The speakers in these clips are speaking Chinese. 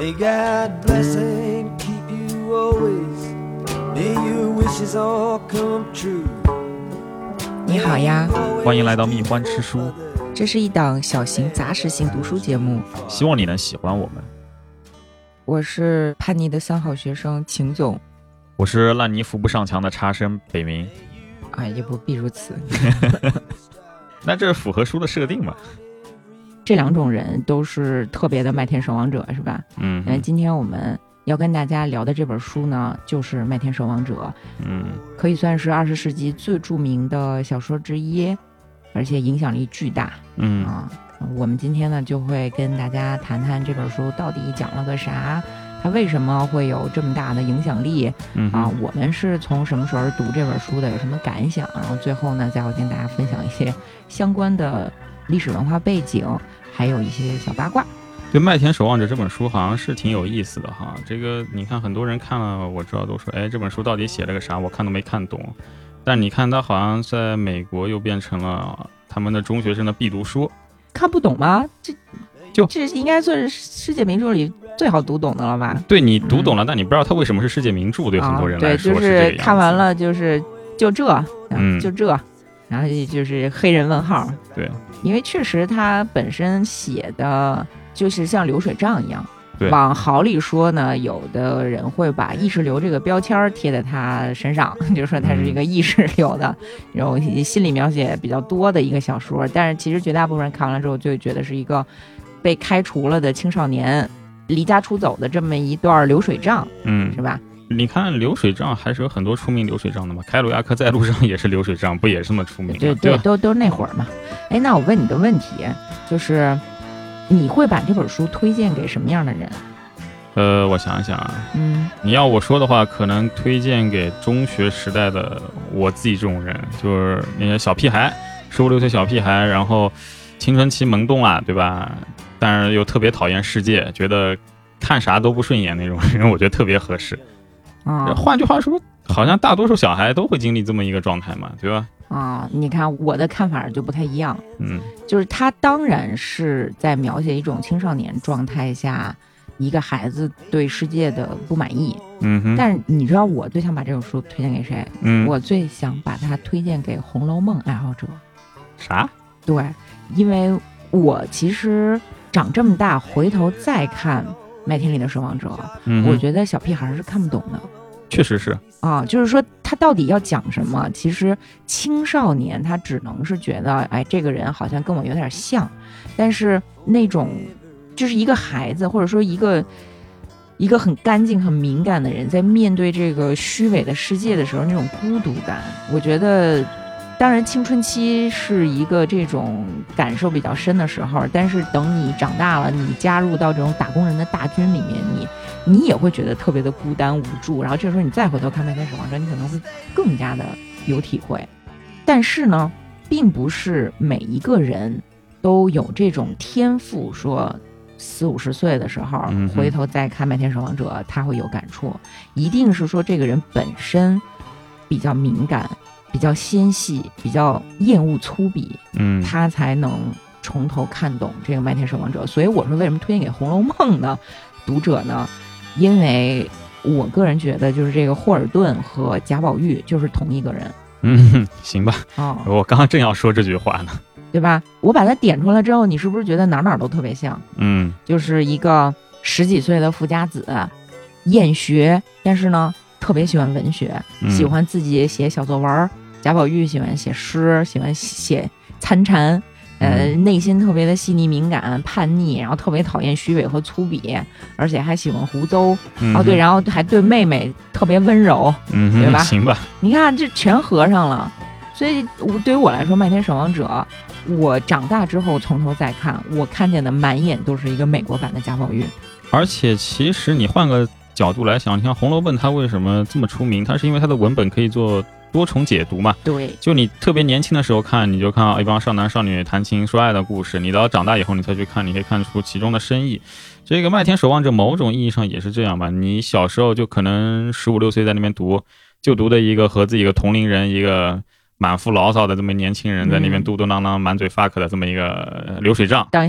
May God bless and keep you always. May your wishes all come true. 你好呀， 欢迎来到蜜獾吃书， 这是一档小型杂食性读书节目， 希望你能喜欢我们。 我是叛逆的三好学生秦总， 我是烂泥扶不上墙的差生北冥。 也不必如此。 那这符合书的设定嘛？ 这两种人都是特别的麦田守望者，是吧？今天我们要跟大家聊的这本书呢，就是《麦田守望者》。可以算是20世纪最著名的小说之一，而且影响力巨大。我们今天呢就会跟大家谈谈这本书到底讲了个啥，它为什么会有这么大的影响力。我们是从什么时候读这本书的，有什么感想，然后最后呢再会跟大家分享一些相关的历史文化背景，还有一些小八卦。 对，《麦田守望者》这本书好像是挺有意思的哈。这个你看很多人看了，我知道都说，这本书到底写了个啥，我看都没看懂。但你看它好像在美国又变成了他们的中学生的必读书。 看不懂吗？这应该算是世界名著里最好读懂的了吧？ 对，你读懂了，但你不知道它为什么是世界名著，对很多人来说对，就是看完了就这，然后就是黑人问号。 对， 因为确实它本身写的就是像流水账一样。 对， 往好里说呢，有的人会把意识流这个标签贴在他身上，就是说他是一个意识流的，然后心理描写比较多的一个小说。但是其实绝大部分人看完了之后就会觉得是一个被开除了的青少年离家出走的这么一段流水账。是吧？ 你看流水账还是有很多出名流水账的嘛，凯鲁亚克在路上也是流水账，不也是这么出名？对， 都那会儿嘛。那我问你的问题就是你会把这本书推荐给什么样的人？ 我想一想啊，你要我说的话，可能推荐给中学时代的我自己这种人，就是那些小屁孩，15、16岁小屁孩，然后青春期萌动啊，对吧？但是又特别讨厌世界，觉得看啥都不顺眼那种人，我觉得特别合适。换句话说，好像大多数小孩都会经历这么一个状态嘛，对吧？ 你看我的看法就不太一样。就是他当然是在描写一种青少年状态下一个孩子对世界的不满意。但是你知道我最想把这本书推荐给谁？我最想把它推荐给《红楼梦》爱好者。 啥？ 对，因为我其实长这么大回头再看《麦田里的守望者》，我觉得小屁孩是看不懂的。 确实是就是说他到底要讲什么，其实青少年他只能是觉得这个人好像跟我有点像，但是那种就是一个孩子或者说一个很干净很敏感的人在面对这个虚伪的世界的时候那种孤独感，我觉得当然青春期是一个这种感受比较深的时候，但是等你长大了，你加入到这种打工人的大军里面，你也会觉得特别的孤单无助，然后这时候你再回头看《麦田守望者》，你可能会更加的有体会。但是呢，并不是每一个人都有这种天赋，说40、50岁的时候回头再看《麦田守望者》他会有感触，一定是说这个人本身比较敏感，比较纤细，比较厌恶粗鄙，他才能从头看懂这个《麦田守望者》。所以我说为什么推荐给《红楼梦》的读者呢？因为我个人觉得就是这个霍尔顿和贾宝玉就是同一个人。 行吧。我刚刚正要说这句话呢， 对吧？我把它点出来之后，你是不是觉得哪都特别像？就是一个10几岁的富家子，厌学，但是呢特别喜欢文学，喜欢自己写小作文。贾宝玉喜欢写诗，喜欢写参禅，内心特别的细腻敏感叛逆，然后特别讨厌虚伪和粗鄙，而且还喜欢胡诌。对，然后还对妹妹特别温柔。对吧？ 行吧。 你看这全合上了。所以对于我来说，《麦田守望者》我长大之后从头再看，我看见的满眼都是一个美国版的贾宝玉。 而且其实你换个角度来想，你看《红楼梦》它为什么这么出名，它是因为它的文本可以做多重解读嘛。 对， 就你特别年轻的时候看，你就看到一帮少男少女谈情说爱的故事，你到长大以后你再去看，你可以看出其中的深意。这个《麦田守望者》某种意义上也是这样吧，你小时候就可能15、16岁在那边读，就读的一个和自己一个同龄人，一个满腹牢骚的这么年轻人在那边嘟嘟囔囔满嘴发渴的这么一个流水账。 等一下，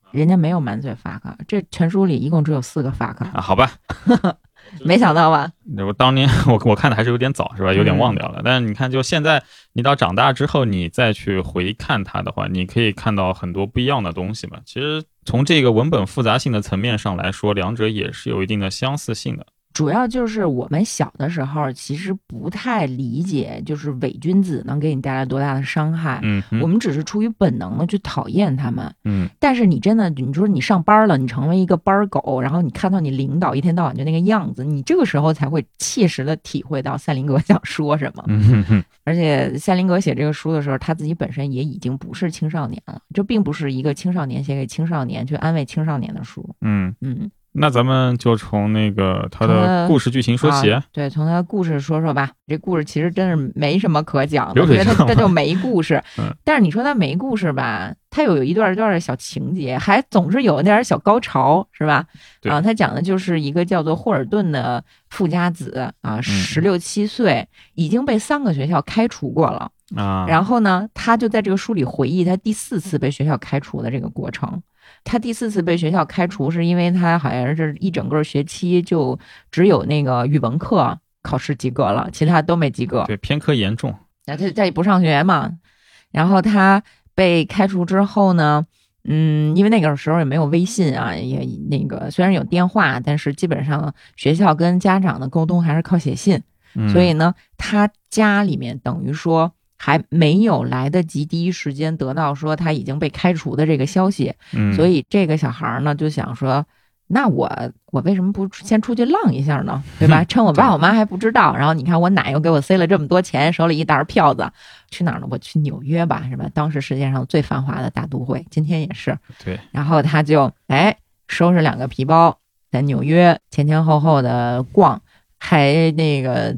人家没有满嘴 fuck， 这全书里一共只有4个 fuck 啊，好吧。 没想到吧？ 我当年我看的还是有点早，是吧？有点忘掉了。但是你看，就现在你到长大之后，你再去回看它的话，你可以看到很多不一样的东西嘛。其实从这个文本复杂性的层面上来说，两者也是有一定的相似性的。 主要就是我们小的时候其实不太理解，就是伪君子能给你带来多大的伤害。我们只是出于本能的去讨厌他们。但是你真的，你说你上班了，你成为一个班狗，然后你看到你领导一天到晚就那个样子，你这个时候才会切实的体会到赛林格想说什么。而且赛林格写这个书的时候，他自己本身也已经不是青少年了，这并不是一个青少年写给青少年去安慰青少年的书。 那咱们就从那个他的故事剧情说起。 对，从他的故事说说吧。这故事其实真是没什么可讲的， 流水账， 他就没故事。但是你说他没故事吧，他有一段的小情节，还总是有点小高潮，是吧？他讲的就是一个叫做霍尔顿的富家子啊，16、17岁，已经被3个学校开除过了啊。 然后呢，他就在这个书里回忆他第4次被学校开除的这个过程。他第4次被学校开除是因为他好像是一整个学期就只有那个语文课考试及格了，其他都没及格。 对，偏科严重。 他也不上学嘛。然后他被开除之后呢，因为那个时候也没有微信啊，也那个虽然有电话，但是基本上学校跟家长的沟通还是靠写信。所以呢，他家里面等于说还没有来得及第一时间得到说他已经被开除的这个消息。所以这个小孩呢就想说，那我为什么不先出去浪一下呢？对吧？趁我爸我妈还不知道。然后你看我奶又给我塞了这么多钱，手里一沓票子，去哪儿呢？我去纽约吧，是吧？当时世界上最繁华的大都会，今天也是。 对。 然后他就收拾2个皮包，在纽约前前后后的逛，还那个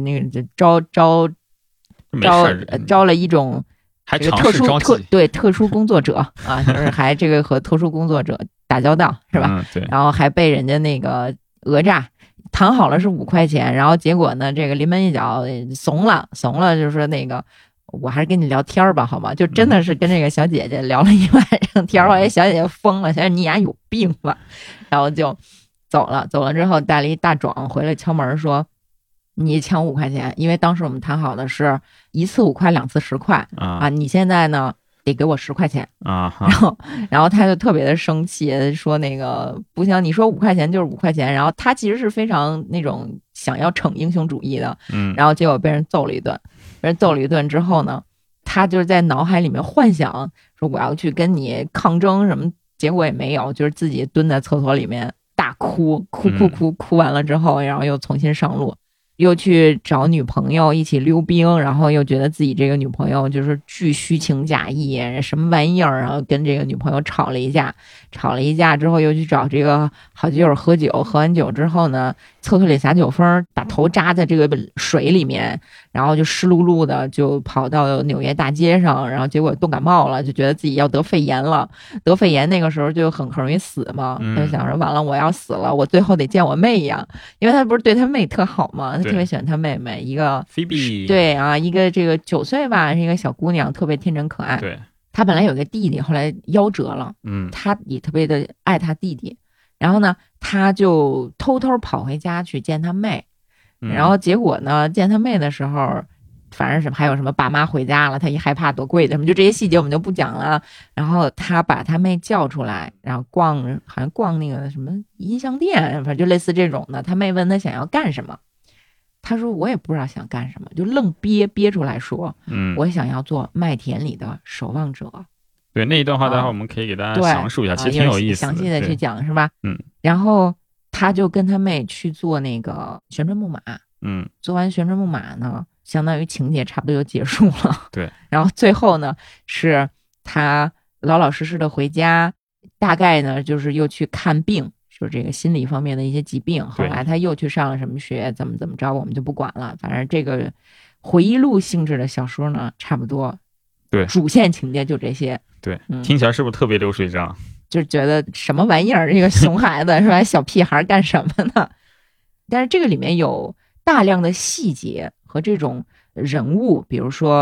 招了一种这个特殊工作者啊，就是还这个和特殊工作者打交道，是吧？ 对。 然后还被人家那个讹诈，谈好了是5块钱，然后结果呢，这个临门一脚怂了，就是说那个我还是跟你聊天吧，好吗？就真的是跟这个小姐姐聊了一晚上天，后来小姐姐疯了，想你丫有病吧，然后就走了之后带了一大壮回来敲门说，你抢5块钱，因为当时我们谈好的是1次5块，2次10块啊，你现在呢得给我10块钱啊。 然后他就特别的生气，说那个不行，你说5块钱就是5块钱。然后他其实是非常那种想要逞英雄主义的，然后结果被人揍了一顿之后呢，他就是在脑海里面幻想说我要去跟你抗争什么，结果也没有，就是自己蹲在厕所里面大哭完了之后，然后又重新上路，又去找女朋友一起溜冰，然后又觉得自己这个女朋友就是巨虚情假意，什么玩意儿，然后跟这个女朋友吵了一架之后，又去找这个好基友喝酒，喝完酒之后呢，厕所里撒酒疯，把头扎在这个水里面，然后就湿漉漉的就跑到纽约大街上，然后结果冻感冒了，就觉得自己要得肺炎了。得肺炎那个时候就很容易死嘛，他就想说完了我要死了，我最后得见我妹呀，因为他不是对他妹特好嘛，他特别喜欢他妹妹，一个菲比， 对啊，一个这个9岁吧，是一个小姑娘，特别天真可爱。 对， 他本来有个弟弟，后来夭折了，他也特别的爱他弟弟，然后呢，他就偷偷跑回家去见他妹，然后结果呢，见他妹的时候，反正是还有什么爸妈回家了，他一害怕多贵的什么，就这些细节我们就不讲了。然后他把他妹叫出来，然后好像逛那个什么音像店，反正就类似这种的。他妹问他想要干什么，他说我也不知道想干什么，就愣憋出来说，我想要做麦田里的守望者。 对，那一段话待会儿我们可以给大家详述一下，其实挺有意思的， 详细的去讲是吧？然后他就跟他妹去做那个旋转木马，做完旋转木马呢，相当于情节差不多就结束了。 对， 然后最后呢，是他老老实实的回家，大概呢就是又去看病，就是这个心理方面的一些疾病。后来他又去上了什么学，怎么着，我们就不管了。反正这个回忆录性质的小说呢，差不多， 对， 主线情节就这些。 对，听起来是不是特别流水账？ 就是觉得什么玩意儿，这个熊孩子是吧？小屁孩干什么呢？但是这个里面有大量的细节和这种人物，比如说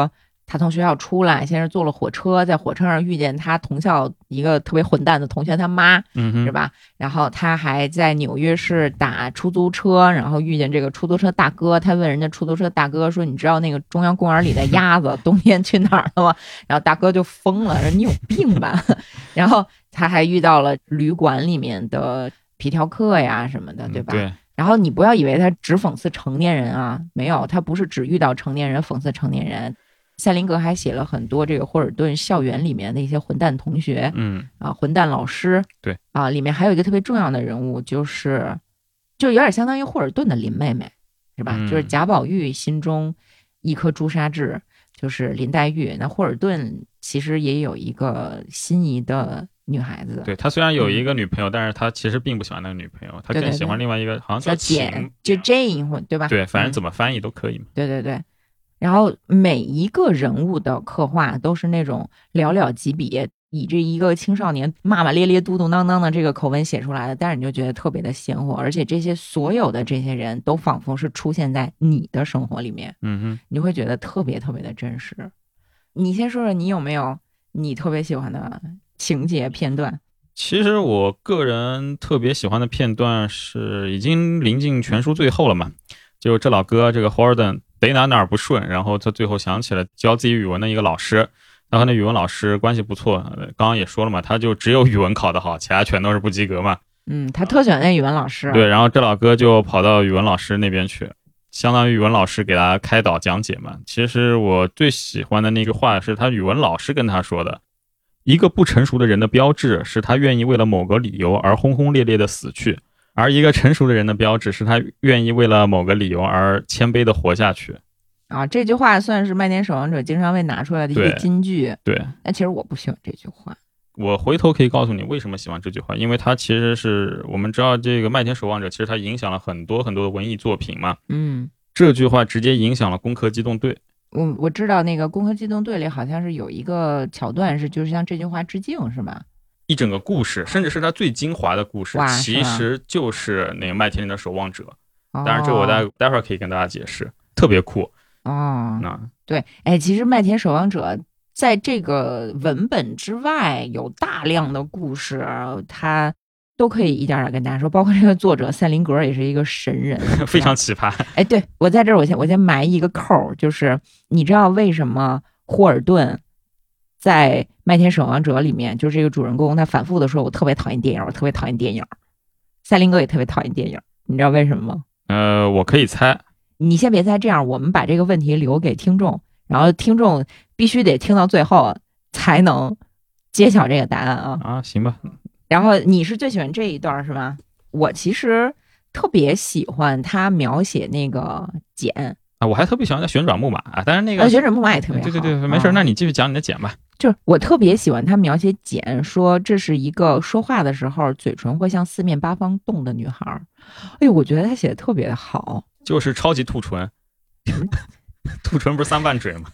他从学校出来，先是坐了火车，在火车上遇见他同校一个特别混蛋的同学他妈，是吧？然后他还在纽约市打出租车，然后遇见这个出租车大哥，他问人家出租车大哥说：“你知道那个中央公园里的鸭子冬天去哪儿了吗？”然后大哥就疯了，说：“你有病吧？”然后他还遇到了旅馆里面的皮条客呀什么的，对吧？ 对。 然后你不要以为他只讽刺成年人啊，没有，他不是只遇到成年人讽刺成年人。塞林格还写了很多这个霍尔顿校园里面的一些混蛋同学，混蛋老师， 对啊，里面还有一个特别重要的人物，就有点相当于霍尔顿的林妹妹，是吧？就是贾宝玉心中一颗朱砂痣，就是林黛玉。那霍尔顿其实也有一个心仪的女孩子， 对，他虽然有一个女朋友，但是他其实并不喜欢那个女朋友，他更喜欢另外一个，好像叫简，就 Jane， 对吧？ 对，反正怎么翻译都可以嘛。 对。然后每一个人物的刻画都是那种寥寥几笔，以这一个青少年骂骂咧咧、嘟嘟囔囔的这个口吻写出来的，但是你就觉得特别的鲜活，而且所有的这些人都仿佛是出现在你的生活里面，你会觉得特别特别的真实。你先说说你有没有你特别喜欢的情节片段？ 其实我个人特别喜欢的片段是已经临近全书最后了嘛，就这老哥这个 Holden 得哪儿不顺，然后他最后想起了教自己语文的一个老师，他和那语文老师关系不错，刚刚也说了嘛，他就只有语文考得好，其他全都是不及格嘛。 他特喜欢那语文老师。 对，然后这老哥就跑到语文老师那边去，相当于语文老师给他开导讲解嘛。其实我最喜欢的那句话是他语文老师跟他说的：一个不成熟的人的标志是他愿意为了某个理由而轰轰烈烈的死去，而一个成熟的人的标志是他愿意为了某个理由而谦卑的活下去。 啊，这句话算是《麦田守望者》经常被拿出来的一个金句。 对， 但其实我不喜欢这句话。 我回头可以告诉你为什么喜欢这句话，因为它其实是我们知道这个《麦田守望者》其实它影响了很多很多的文艺作品嘛。这句话直接影响了《攻壳机动队》。 我知道那个《攻壳机动队》里好像是有一个桥段是就是向这句话致敬，是吧？ 一整个故事，甚至是它最精华的故事，其实就是那个麦田里的守望者。当然，这我待会儿可以跟大家解释，特别酷。 对，其实《麦田守望者》在这个文本之外有大量的故事，它都可以一点点跟大家说，包括这个作者塞林格也是一个神人， 非常奇葩。 对，我在这儿我先埋一个扣，就是你知道为什么霍尔顿在《麦田守望者》里面，就是这个主人公他反复的说我特别讨厌电影，我特别讨厌电影，塞林格也特别讨厌电影，你知道为什么吗？ 我可以猜。 你先别猜，这样我们把这个问题留给听众，然后听众必须得听到最后才能揭晓这个答案啊！ 行吧。 然后你是最喜欢这一段是吧？我其实特别喜欢他描写那个茧我还特别喜欢他旋转木马但是那个旋转木马也特别好。 对，没事，那你继续讲你的茧吧。 就是我特别喜欢他描写茧，说这是一个说话的时候嘴唇会向四面八方动的女孩。我觉得他写的特别的好， 就是超级兔唇。兔唇不是三瓣嘴吗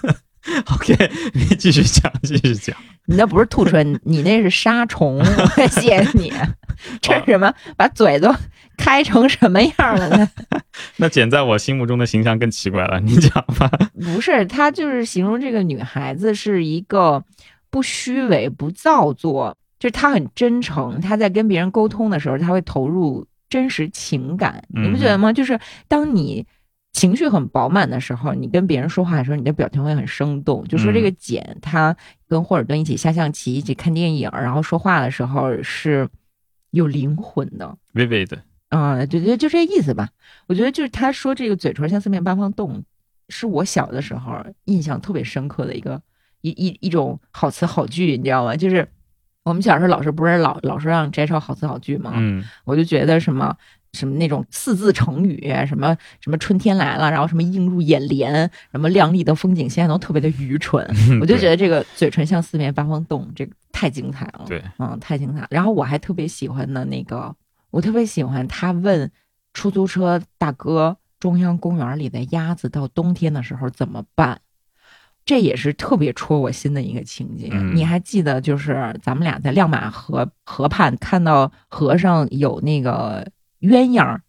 ？OK， 你继续讲。 你那不是兔唇，你那是沙虫。谢谢你。这是什么？把嘴都开成什么样了呢？ 那茧在我心目中的形象更奇怪了，你讲吧。 不是，他就是形容这个女孩子是一个不虚伪、不造作，就是她很真诚。她在跟别人沟通的时候，她会投入真实情感。你不觉得吗？就是当你情绪很饱满的时候，你跟别人说话的时候，你的表情会很生动。就说这个简，他跟霍尔顿一起下象棋，一起看电影，然后说话的时候是有灵魂的 vivid 对，就这意思吧。我觉得就是他说这个嘴唇向四面八方动，是我小的时候印象特别深刻的一种好词好句，你知道吗？就是我们小时候老师不是老是让摘抄好词好句吗？我就觉得什么那种四字成语，什么春天来了，然后什么映入眼帘，什么亮丽的风景现在都特别的愚蠢。我就觉得这个嘴唇向四面八方动，这个太精彩了。 对， 太精彩了。然后我还特别喜欢的我特别喜欢他问出租车大哥，中央公园里的鸭子到冬天的时候怎么办？这也是特别戳我心的一个情节。你还记得就是咱们俩在亮马河畔看到河上有那个鸳鸯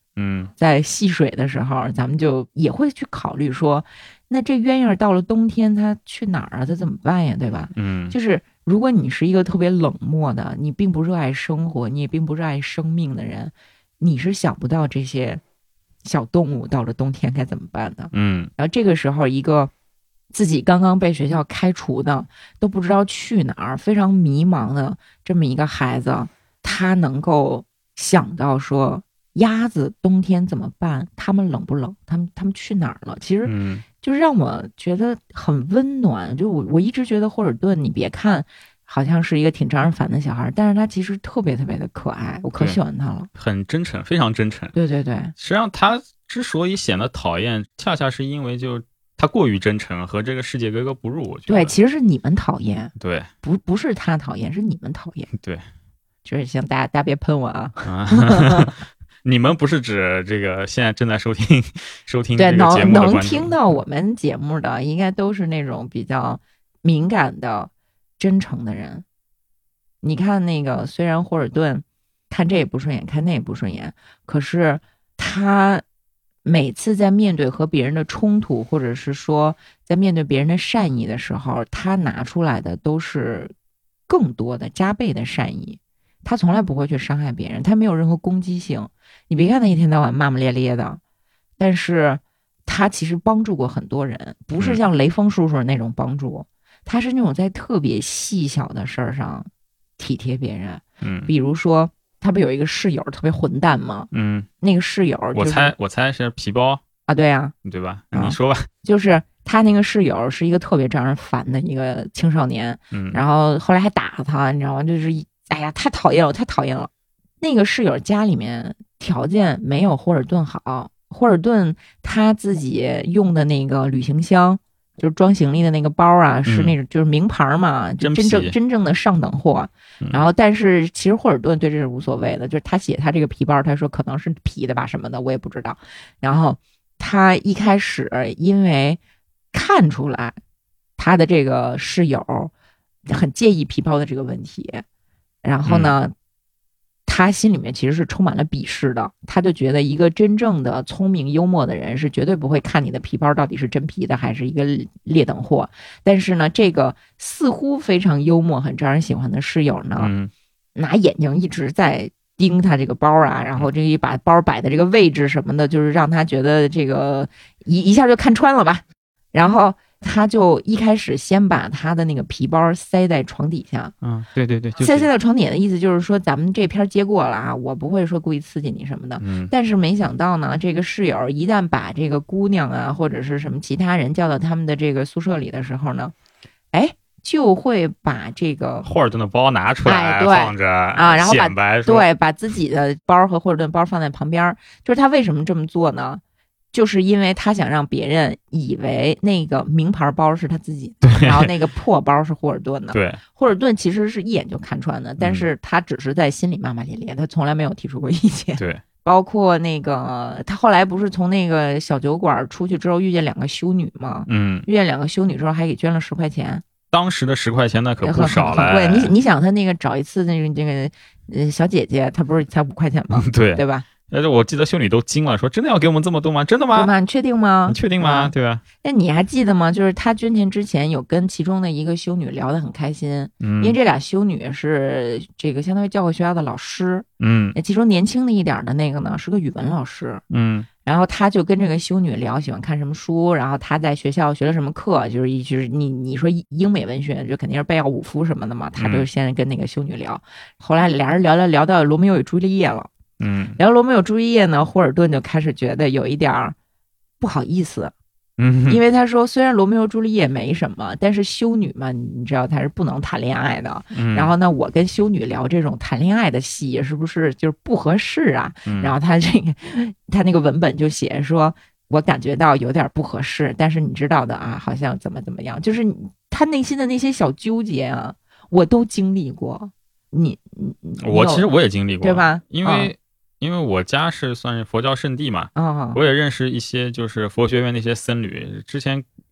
在戏水的时候，咱们就也会去考虑说，那这鸳鸯到了冬天它去哪儿啊？它怎么办呀？对吧？就是如果你是一个特别冷漠的，你并不热爱生活，你也并不热爱生命的人，你是想不到这些小动物到了冬天该怎么办的。然后这个时候，一个自己刚刚被学校开除的，都不知道去哪儿，非常迷茫的这么一个孩子，他能够想到说，鸭子冬天怎么办？他们冷不冷？他们去哪儿了？其实就是让我觉得很温暖。就我一直觉得霍尔顿，你别看好像是一个挺招人烦的小孩，但是他其实特别特别的可爱，我可喜欢他了， 很真诚，非常真诚。 对对对， 实际上他之所以显得讨厌，恰恰是因为就他过于真诚，和这个世界格格不入。我觉得对，其实是你们讨厌， 对， 不是他讨厌，是你们讨厌。 对， 就是行，大家别喷我啊。 你们不是指这个现在正在收听对， 这个节目的观众， 能听到我们节目的，应该都是那种比较敏感的、真诚的人。你看那个，虽然霍尔顿看这也不顺眼，看那也不顺眼，可是他每次在面对和别人的冲突，或者是说在面对别人的善意的时候，他拿出来的都是更多的、加倍的善意。他从来不会去伤害别人，他没有任何攻击性。你别看他一天到晚骂骂咧咧的，但是他其实帮助过很多人，不是像雷锋叔叔那种帮助，他是那种在特别细小的事儿上体贴别人。比如说他不有一个室友特别混蛋吗？那个室友、就是， 我猜是皮包啊，对啊， 对吧？你说吧。 就是他那个室友是一个特别招人烦的一个青少年，然后后来还打他，你知道吗？就是哎呀，太讨厌了，太讨厌了。那个室友家里面条件没有霍尔顿好，霍尔顿他自己用的那个旅行箱，就是装行李的那个包啊，是那种就是名牌嘛，就真正的上等货。然后，但是其实霍尔顿对这是无所谓的，就是他写他这个皮包，他说可能是皮的吧什么的，我也不知道。然后他一开始因为看出来他的这个室友很介意皮包的这个问题。然后呢，他心里面其实是充满了鄙视的，他就觉得一个真正的聪明幽默的人是绝对不会看你的皮包到底是真皮的还是一个劣等货。但是呢，这个似乎非常幽默很招人喜欢的室友呢，拿眼睛一直在盯他这个包啊，然后这一把包摆的这个位置什么的，就是让他觉得这个一下就看穿了吧。然后他就一开始先把他的那个皮包塞在床底下。 对对对， 塞在床底下的意思就是说，咱们这篇接过了啊，我不会说故意刺激你什么的。但是没想到呢，这个室友一旦把这个姑娘啊或者是什么其他人叫到他们的这个宿舍里的时候呢，就会把这个霍尔顿的包拿出来放着啊，然后把自己的包和霍尔顿包放在旁边。就是他为什么这么做呢？就是因为他想让别人以为那个名牌包是他自己的，然后那个破包是霍尔顿的。 对， 霍尔顿其实是一眼就看穿的，但是他只是在心里骂骂咧咧，他从来没有提出过意见。 对， 包括那个他后来不是从那个小酒馆出去之后遇见两个修女吗？遇见两个修女之后还给捐了10块钱。 当时的10块钱那可不少了。 很贵，你想他那个找一次那个小姐姐，他不是才5块钱吗？对吧？ 我记得修女都惊了，说真的要给我们这么多吗？真的吗？ 对吗？你确定吗？ 你确定吗？对吧？ 那你还记得吗？就是他捐钱之前有跟其中的一个修女聊得很开心，因为这俩修女是这个相当于教会学校的老师，其中年轻的一点的那个呢是个语文老师，然后他就跟这个修女聊喜欢看什么书，然后他在学校学了什么课，就是你说英美文学就肯定是贝奥武夫什么的嘛，他就先跟那个修女聊，后来俩人聊到罗密欧与朱丽叶了。然后罗密欧朱丽叶呢，霍尔顿就开始觉得有一点不好意思，因为他说虽然罗密欧朱丽叶没什么，但是修女嘛，你知道她是不能谈恋爱的。然后呢，我跟修女聊这种谈恋爱的戏，是不是就是不合适啊？然后他那个文本就写说，我感觉到有点不合适，但是你知道的啊，好像怎么样，就是他内心的那些小纠结啊，我都经历过。 其实我也经历过， 对吧？ 因为我家是算是佛教圣地嘛，我也认识一些就是佛学院那些僧侣，之前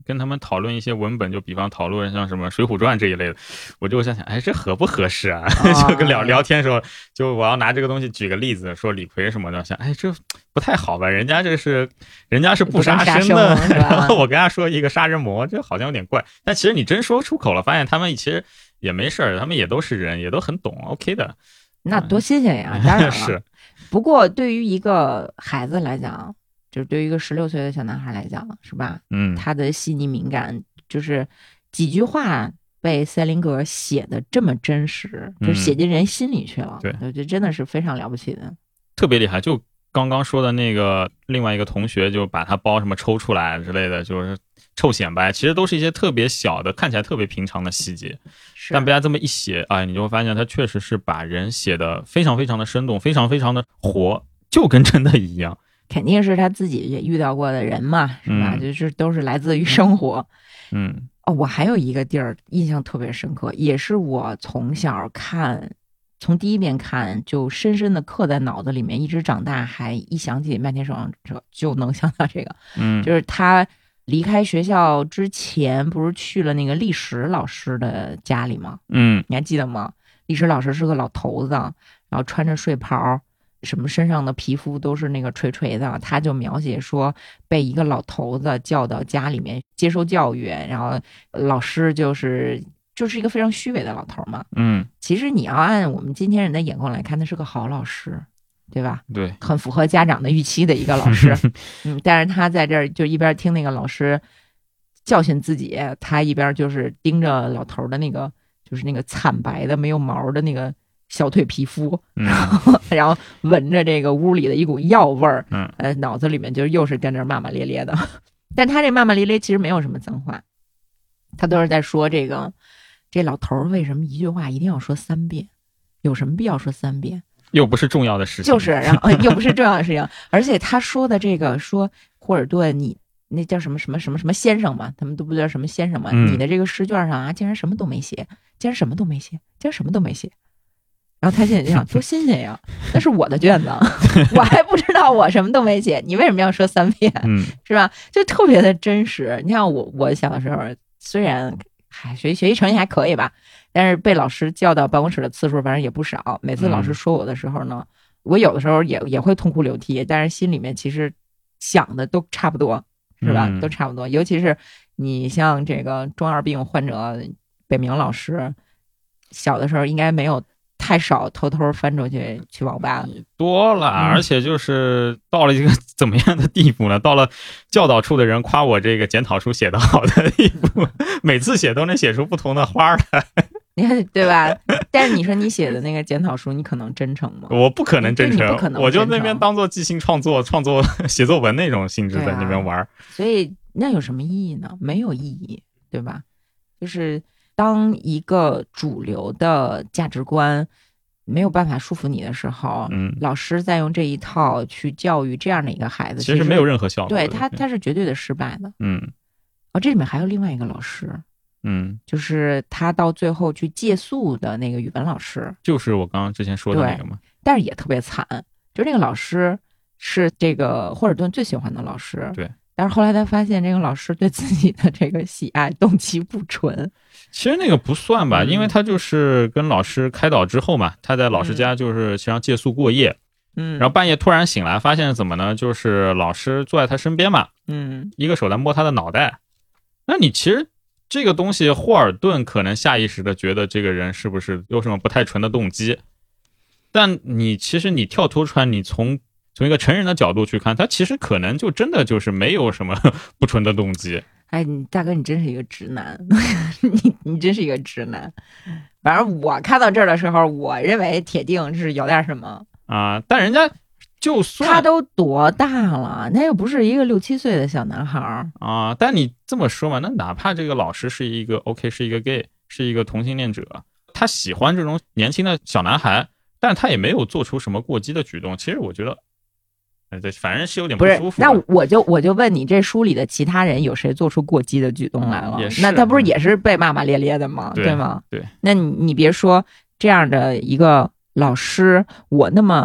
跟他们讨论一些文本，就比方讨论像什么《水浒传》这一类的，我就在想，哎，这合不合适啊？就跟聊天的时候，就我要拿这个东西举个例子，说李逵什么的，想，哎，这不太好吧？人家是不杀生的，然后我跟他说一个杀人魔，这好像有点怪。但其实你真说出口了，发现他们其实也没事儿，他们也都是人，也都很懂 ，OK 的。 那多新鲜呀！当然了， 是。 不过对于一个孩子来讲，就是对于一个16岁的小男孩来讲，是吧？他的细腻敏感，就是几句话被塞林格写的这么真实，就写进人心里去了。 对， 我觉得真的是非常了不起的， 特别厉害。就刚刚说的那个另外一个同学，就把他包什么抽出来之类的，就是臭显摆，其实都是一些特别小的，看起来特别平常的细节，但被他这么一写，哎，你就会发现他确实是把人写的非常非常的生动，非常非常的活，就跟真的一样。 肯定是他自己也遇到过的人嘛，是吧？就是都是来自于生活。我还有一个地儿印象特别深刻，也是我从小看，从第一遍看就深深的刻在脑子里面，一直长大还一想起《麦田守望者》就能想到这个。就是他离开学校之前不是去了那个历史老师的家里吗？你还记得吗？历史老师是个老头子，然后穿着睡袍，什么身上的皮肤都是那个垂垂的，他就描写说被一个老头子叫到家里面接受教育，然后老师就是一个非常虚伪的老头嘛。其实你要按我们今天人的眼光来看，他是个好老师，对吧？ 对， 很符合家长的预期的一个老师。但是他在这儿就一边听那个老师教训自己，他一边就是盯着老头的那个就是那个惨白的没有毛的那个小腿皮肤，然后闻着这个屋里的一股药味儿，脑子里面就又是跟着骂骂咧咧的。但他这骂骂咧咧其实没有什么脏话，他都是在说这老头为什么一句话一定要说3遍，有什么必要说3遍？ 又不是重要的事情， 就是，然后又不是重要的事情，而且他说的这个说霍尔顿，你那叫什么什么什么什么先生嘛，他们都不叫什么先生嘛，你的这个试卷上啊，竟然什么都没写，竟然什么都没写。然后他现在就想，多新鲜呀！那是我的卷子，我还不知道我什么都没写，你为什么要说3遍？是吧？就特别的真实。你看我小的时候，虽然学习成绩还可以吧，但是被老师叫到办公室的次数反正也不少。每次老师说我的时候呢，我有的时候也会痛哭流涕，但是心里面其实想的都差不多，是吧？都差不多。尤其是你像这个中二病患者北明老师，小的时候应该没有太少偷偷翻出去网吧多了，而且就是到了一个怎么样的地步呢？到了教导处的人夸我这个检讨书写得好的地步，每次写都能写出不同的花来，你看对吧？但是你说你写的那个检讨书，你可能真诚吗？ 我不可能真诚，我就那边当做即兴创作写作文那种性质在那边玩， 所以那有什么意义呢？没有意义，对吧？就是当一个主流的价值观没有办法束缚你的时候，老师在用这一套去教育这样的一个孩子， 其实没有任何效果。 对他是绝对的失败的。这里面还有另外一个老师，就是他到最后去借宿的那个语文老师， 就是我刚刚之前说的那个嘛。 但是也特别惨，就那个老师是这个霍尔顿最喜欢的老师。 对。 但是后来他发现这个老师对自己的这个喜爱动机不纯。 其实那个不算吧，因为他就是跟老师开导之后嘛，他在老师家就是实际上借宿过夜，然后半夜突然醒来，发现怎么呢？就是老师坐在他身边嘛，一个手在摸他的脑袋。那你其实这个东西，霍尔顿可能下意识的觉得这个人是不是有什么不太纯的动机，但其实你跳脱出来，你从一个成人的角度去看，他其实可能就真的就是没有什么不纯的动机。 哎，大哥，你真是一个直男，你真是一个直男。反正我看到这儿的时候，我认为铁定是有点什么啊。但人家就算他都多大了，那又不是一个6、7岁的小男孩啊。但你这么说嘛，那哪怕这个老师是一个 OK， 是一个 gay， 是一个同性恋者，他喜欢这种年轻的小男孩，但他也没有做出什么过激的举动。其实我觉得。对，反正是有点不舒服。 那我就问你，这书里的其他人有谁做出过激的举动来了？那他不是也是被骂骂咧咧的吗？对吗？ 对。 那你别说这样的一个老师，我那么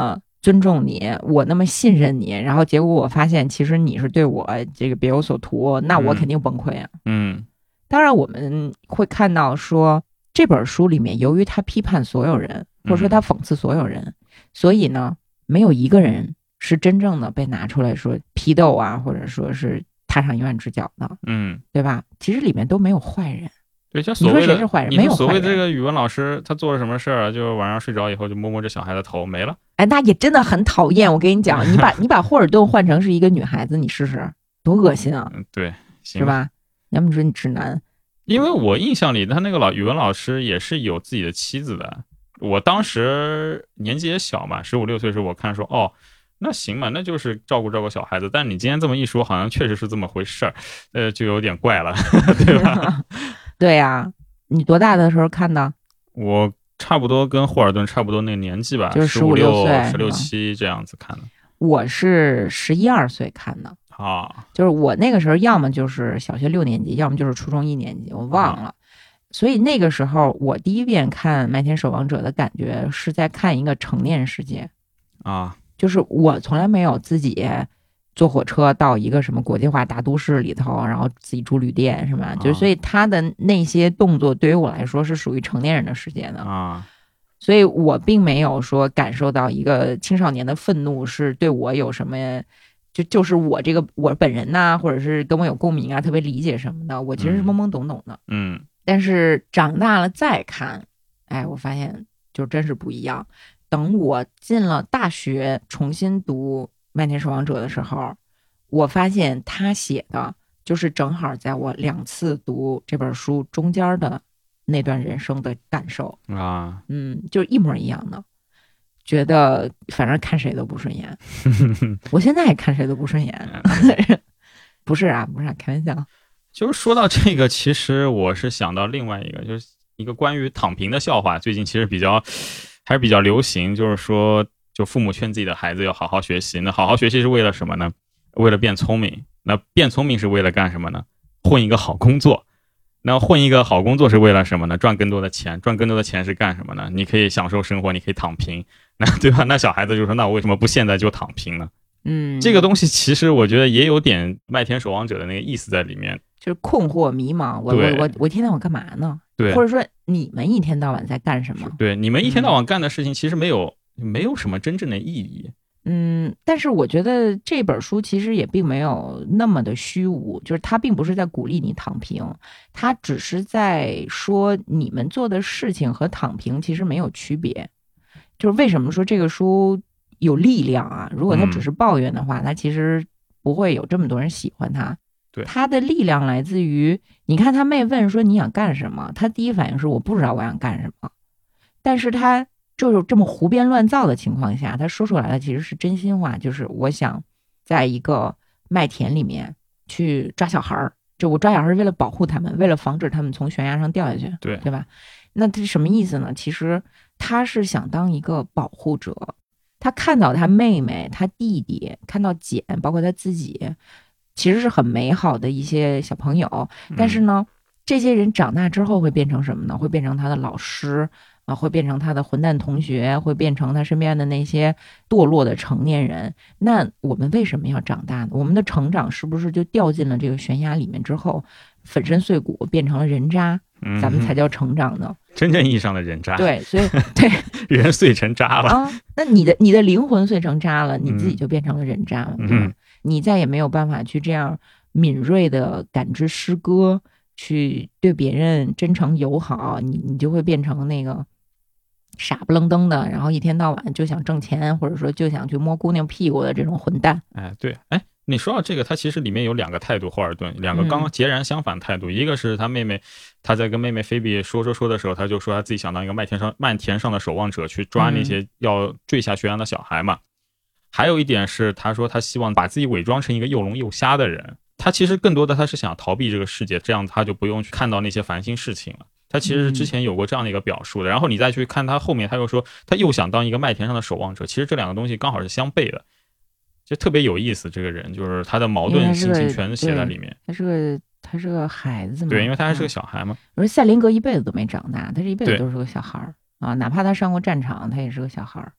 尊重你，我那么信任你，然后结果我发现其实你是对我这个别有所图，那我肯定崩溃啊。当然我们会看到说这本书里面，由于他批判所有人，或者说他讽刺所有人，所以呢，没有一个人是真正的被拿出来说批斗啊，或者说是踏上冤枉之脚的，对吧？其实里面都没有坏人。 对，像所谓的你说谁是坏人？没有坏人。 所谓这个语文老师他做了什么事儿，就晚上睡着以后就摸摸这小孩的头，没了。 哎，那也真的很讨厌。我跟你讲，你把霍尔顿换成是一个女孩子，你试试，多恶心啊！ 对， 是吧？要么说你直男。 因为我印象里，他那个语文老师也是有自己的妻子的。我当时年纪也小嘛，15、16岁的时候，我看说哦。那行吧，那就是照顾小孩子。但你今天这么一说，好像确实是这么回事儿，就有点怪了，对吧？ 对呀，你多大的时候看的？ 我差不多跟霍尔顿差不多那个年纪吧， 就是15、16岁、 16、17这样子看的。 我是11、12岁看的啊， 就是我那个时候要么就是小学6年级，要么就是初中1年级，我忘了。所以那个时候我第一遍看《麦田守望者》的感觉是在看一个成年人世界啊。 就是我从来没有自己坐火车到一个什么国际化大都市里头，然后自己住旅店，是吧？就是所以他的那些动作对于我来说是属于成年人的世界的啊， 所以我并没有说感受到一个青少年的愤怒是对我有什么，就是我这个我本人呐，或者是跟我有共鸣啊，特别理解什么的，我其实是懵懵懂懂的。但是长大了再看，哎，我发现就真是不一样。等我进了大学重新读《麦田守望者》的时候，我发现他写的就是正好在我2次读这本书中间的那段人生的感受啊， 就是一模一样的，觉得反正看谁都不顺眼。我现在也看谁都不顺眼，不是啊，开玩笑。 就是说到这个，其实我是想到另外一个，就是一个关于躺平的笑话，最近其实还是比较流行，就是说，就父母劝自己的孩子要好好学习。那好好学习是为了什么呢？为了变聪明。那变聪明是为了干什么呢？混一个好工作。那混一个好工作是为了什么呢？赚更多的钱。赚更多的钱是干什么呢？你可以享受生活，你可以躺平，那对吧？那小孩子就说，那我为什么不现在就躺平呢？这个东西其实我觉得也有点麦田守望者的那个意思在里面， 就是困惑迷茫。我一天到晚干嘛呢？ 对， 或者说你们一天到晚在干什么？ 对，你们一天到晚干的事情其实没有什么真正的意义。 但是我觉得这本书其实也并没有那么的虚无，就是它并不是在鼓励你躺平，它只是在说你们做的事情和躺平其实没有区别。就是为什么说这个书有力量啊？如果它只是抱怨的话，它其实不会有这么多人喜欢它。 对， 他的力量来自于，你看他妹问说你想干什么，他第一反应是我不知道我想干什么，但是他就是这么胡编乱造的情况下，他说出来的其实是真心话，就是我想在一个麦田里面去抓小孩儿，就我抓小孩是为了保护他们，为了防止他们从悬崖上掉下去，对吧？那这是什么意思呢？其实他是想当一个保护者，他看到他妹妹、他弟弟，看到简，包括他自己。其实是很美好的一些小朋友，但是呢，这些人长大之后会变成什么呢？会变成他的老师啊，会变成他的混蛋同学，会变成他身边的那些堕落的成年人。那我们为什么要长大呢？我们的成长是不是就掉进了这个悬崖里面之后，粉身碎骨变成了人渣？咱们才叫成长呢？ 真正意义上的人渣。 对，所以对人碎成渣了啊。那你的灵魂碎成渣了，你自己就变成了人渣了，对吧？你再也没有办法去这样敏锐的感知诗歌，去对别人真诚友好，你就会变成那个傻不愣登的，然后一天到晚就想挣钱，或者说就想去摸姑娘屁股的这种混蛋。 对，你说到这个，他其实里面有2个态度，霍尔顿2个刚刚截然相反的态度。一个是他妹妹，他在跟妹妹菲比说的时候，他就说他自己想当一个麦田上的守望者，去抓那些要坠下悬崖的小孩嘛。还有一点是，他说他希望把自己伪装成一个又聋又瞎的人。他其实更多的他是想逃避这个世界，这样他就不用去看到那些烦心事情了。他其实之前有过这样的一个表述的。然后你再去看他后面，他又说他又想当一个麦田上的守望者。其实这2个东西刚好是相悖的，就特别有意思。这个人就是他的矛盾心情全写在里面。 他是个孩子嘛？ 对，因为他还是个小孩嘛。 我说赛林格一辈子都没长大，他这一辈子都是个小孩啊，哪怕他上过战场，他也是个小孩。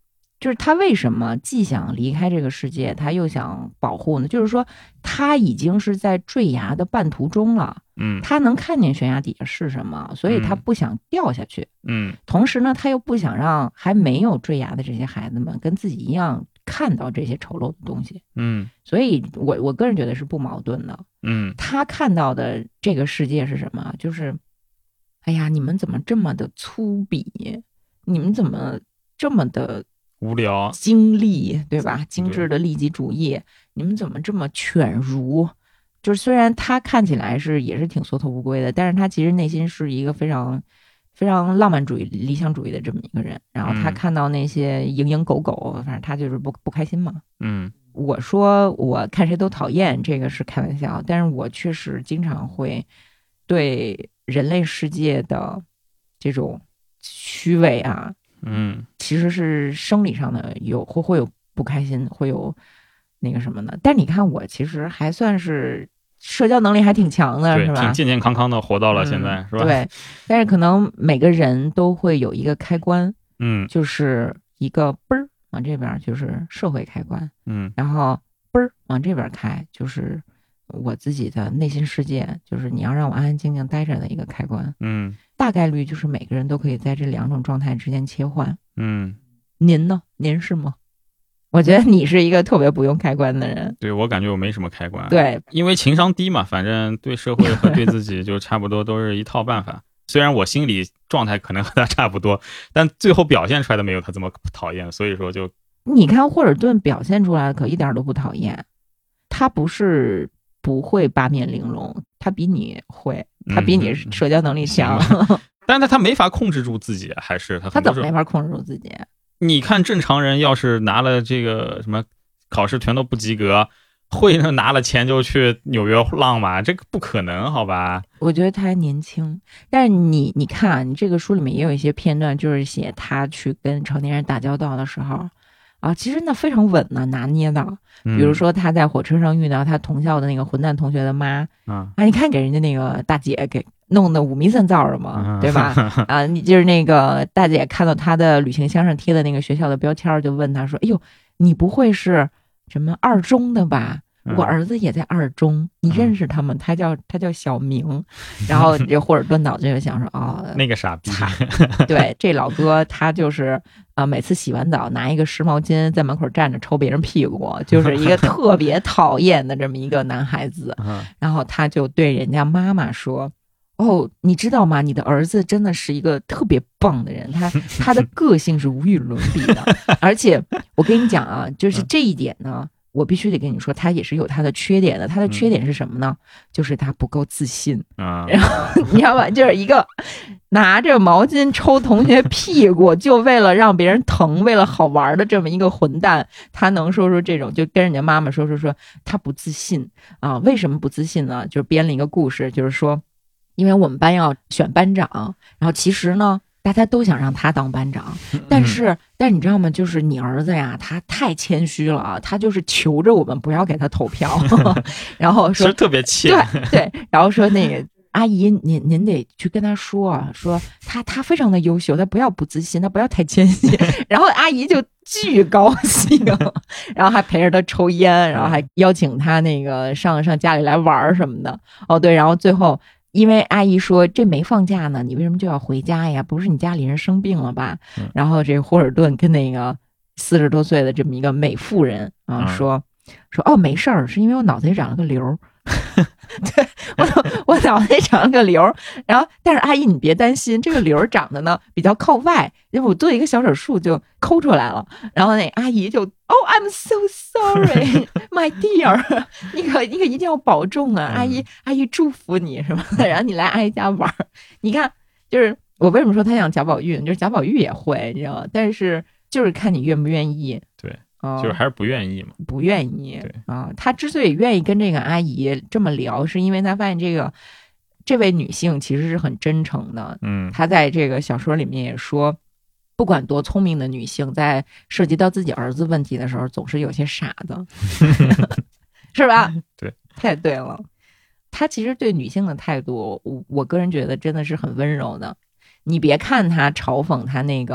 就是他为什么既想离开这个世界，他又想保护呢？就是说他已经是在坠崖的半途中了，他能看见悬崖底下是什么，所以他不想掉下去，同时呢，他又不想让还没有坠崖的这些孩子们跟自己一样看到这些丑陋的东西，所以我个人觉得是不矛盾的，他看到的这个世界是什么？就是，哎呀，你们怎么这么的粗鄙？你们怎么这么的无聊、 精利，对吧？精致的利己主义，你们怎么这么犬儒？就是虽然他看起来也是挺缩头乌龟的，但是他其实内心是一个非常非常浪漫主义、理想主义的这么一个人。然后他看到那些蝇营狗苟，反正他就是不开心嘛。我说我看谁都讨厌，这个是开玩笑，但是我确实经常会对人类世界的这种虚伪啊。其实是生理上的会有不开心，会有那个什么的。但你看我其实还算是社交能力还挺强的，是吧？ 挺健健康康的活到了现在，是吧？ 对。但是可能每个人都会有一个开关，就是一个嘣儿往这边就是社会开关，然后嘣儿往这边开就是我自己的内心世界，就是你要让我安安静静待着的一个开关。大概率就是每个人都可以在这两种状态之间切换。您呢？您是吗？我觉得你是一个特别不用开关的人。 对，我感觉我没什么开关。 对， 因为情商低嘛，反正对社会和对自己就差不多都是一套办法。虽然我心理状态可能和他差不多，但最后表现出来的没有他这么讨厌，所以说就你看霍尔顿表现出来的可一点都不讨厌，他不是不会八面玲珑，他比你会，他比你社交能力强。 但是他没法控制住自己，还是他怎么没法控制住自己？ 你看正常人要是拿了这个什么考试全都不及格，会拿了钱就去纽约浪嘛？这个不可能，好吧？ 我觉得他还年轻，但是你看，你这个书里面也有一些片段，就是写他去跟成年人打交道的时候啊，其实那非常稳呢，拿捏的。比如说他在火车上遇到他同校的那个混蛋同学的妈，你看给人家那个大姐给弄得五迷三造的嘛，对吧？啊，你就是那个大姐看到他的旅行箱上贴的那个学校的标签，就问他说：“哎呦，你不会是什么二中的吧？我儿子也在二中，你认识他们？他叫小明。”然后这霍尔顿脑子就想说：“哦， 那个傻逼， 对，这老哥他就是每次洗完澡拿一个湿毛巾在门口站着抽别人屁股，就是一个特别讨厌的这么一个男孩子。”然后他就对人家妈妈说：“哦，你知道吗？你的儿子真的是一个特别棒的人，他的个性是无与伦比的。而且我跟你讲啊，就是这一点呢。”我必须得跟你说，他也是有他的缺点的。他的缺点是什么呢？就是他不够自信。然后你知道吧，就是一个拿着毛巾抽同学屁股，就为了让别人疼，为了好玩的这么一个混蛋，他能说这种，就跟人家妈妈说他不自信啊？为什么不自信呢？就是编了一个故事，就是说，因为我们班要选班长，然后其实呢。大家都想让他当班长，但是你知道吗？就是你儿子呀，他太谦虚了，他就是求着我们不要给他投票，然后说特别气， 对，然后说那个阿姨，您得去跟他说他非常的优秀，他不要不自信，他不要太谦虚，然后阿姨就巨高兴，然后还陪着他抽烟，然后还邀请他那个上家里来玩什么的。哦，对，然后最后。因为阿姨说这没放假呢，你为什么就要回家呀？不是你家里人生病了吧？然后这霍尔顿跟那个40多岁的这么一个美妇人啊说哦没事儿，是因为我脑子里长了个瘤。对，我脑袋长了个瘤，然后但是阿姨你别担心，这个瘤长得呢比较靠外，因为我做一个小手术就抠出来了。然后那阿姨就I'm so sorry, my dear， 你可一定要保重啊，阿姨祝福你什么的，然后你来阿姨家玩。你看，就是我为什么说他像贾宝玉，就是贾宝玉也会，你知道吗？但是就是看你愿不愿意。 对。就是还是不愿意嘛， 不愿意。对啊，他之所以愿意跟这个阿姨这么聊，是因为他发现这位女性其实是很真诚的。他在这个小说里面也说，不管多聪明的女性，在涉及到自己儿子问题的时候，总是有些傻的，是吧？ 对， 太对了。他其实对女性的态度，我个人觉得真的是很温柔的。你别看他嘲讽他那个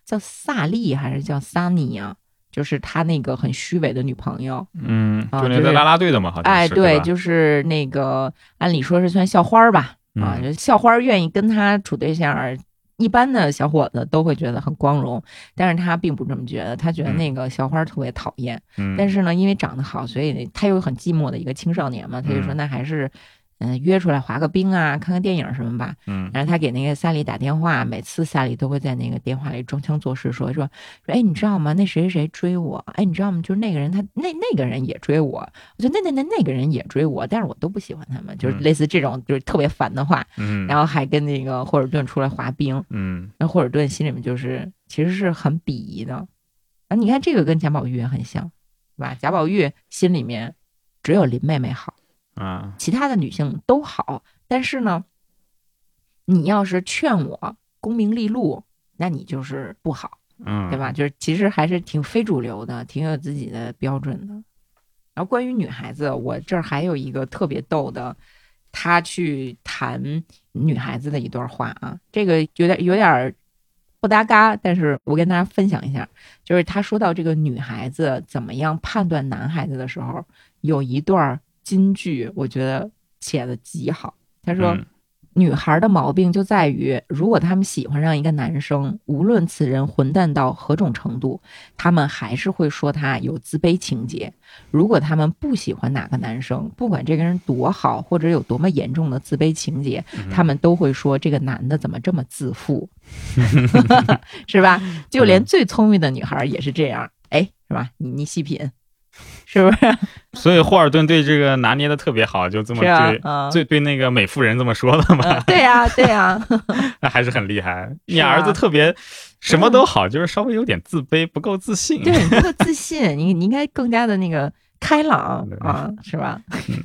叫萨利还是叫萨尼啊？就是他那个很虚伪的女朋友， 就那个啦啦队的嘛，好像是。 哎，对，就是那个按理说是算校花吧，就校花愿意跟他处对象，一般的小伙子都会觉得很光荣，但是他并不这么觉得，他觉得那个校花特别讨厌。但是呢，因为长得好，所以他又很寂寞的一个青少年嘛，他就说那还是。约出来滑个冰啊，看看电影什么吧。然后他给那个萨莉打电话，每次萨莉都会在那个电话里装腔作势说，哎，你知道吗？那谁谁谁追我，哎，你知道吗？就是那个人他那个人也追我，我觉得那个人也追我，但是我都不喜欢他们，就是类似这种就是特别烦的话。然后还跟那个霍尔顿出来滑冰。那霍尔顿心里面就是其实是很鄙夷的。你看这个跟贾宝玉也很像，对吧？贾宝玉心里面只有林妹妹好。其他的女性都好，但是呢，你要是劝我功名利禄，那你就是不好，对吧？就是其实还是挺非主流的，挺有自己的标准的。然后关于女孩子，我这儿还有一个特别逗的，他去谈女孩子的一段话啊，这个有点不搭嘎，但是我跟大家分享一下，就是他说到这个女孩子怎么样判断男孩子的时候，有一段金句我觉得写的极好。他说女孩的毛病就在于，如果他们喜欢上一个男生，无论此人混蛋到何种程度，他们还是会说他有自卑情节。如果他们不喜欢哪个男生，不管这个人多好或者有多么严重的自卑情节，他们都会说这个男的怎么这么自负。是吧？就连最聪明的女孩也是这样。哎，是吧？你细品，是不是？ 所以霍尔顿对这个拿捏的特别好，就这么对那个美妇人这么说的嘛。 对呀，对呀， 那还是很厉害。你儿子特别什么都好，就是稍微有点自卑，不够自信。 对，不够自信，你应该更加的那个开朗啊，是吧？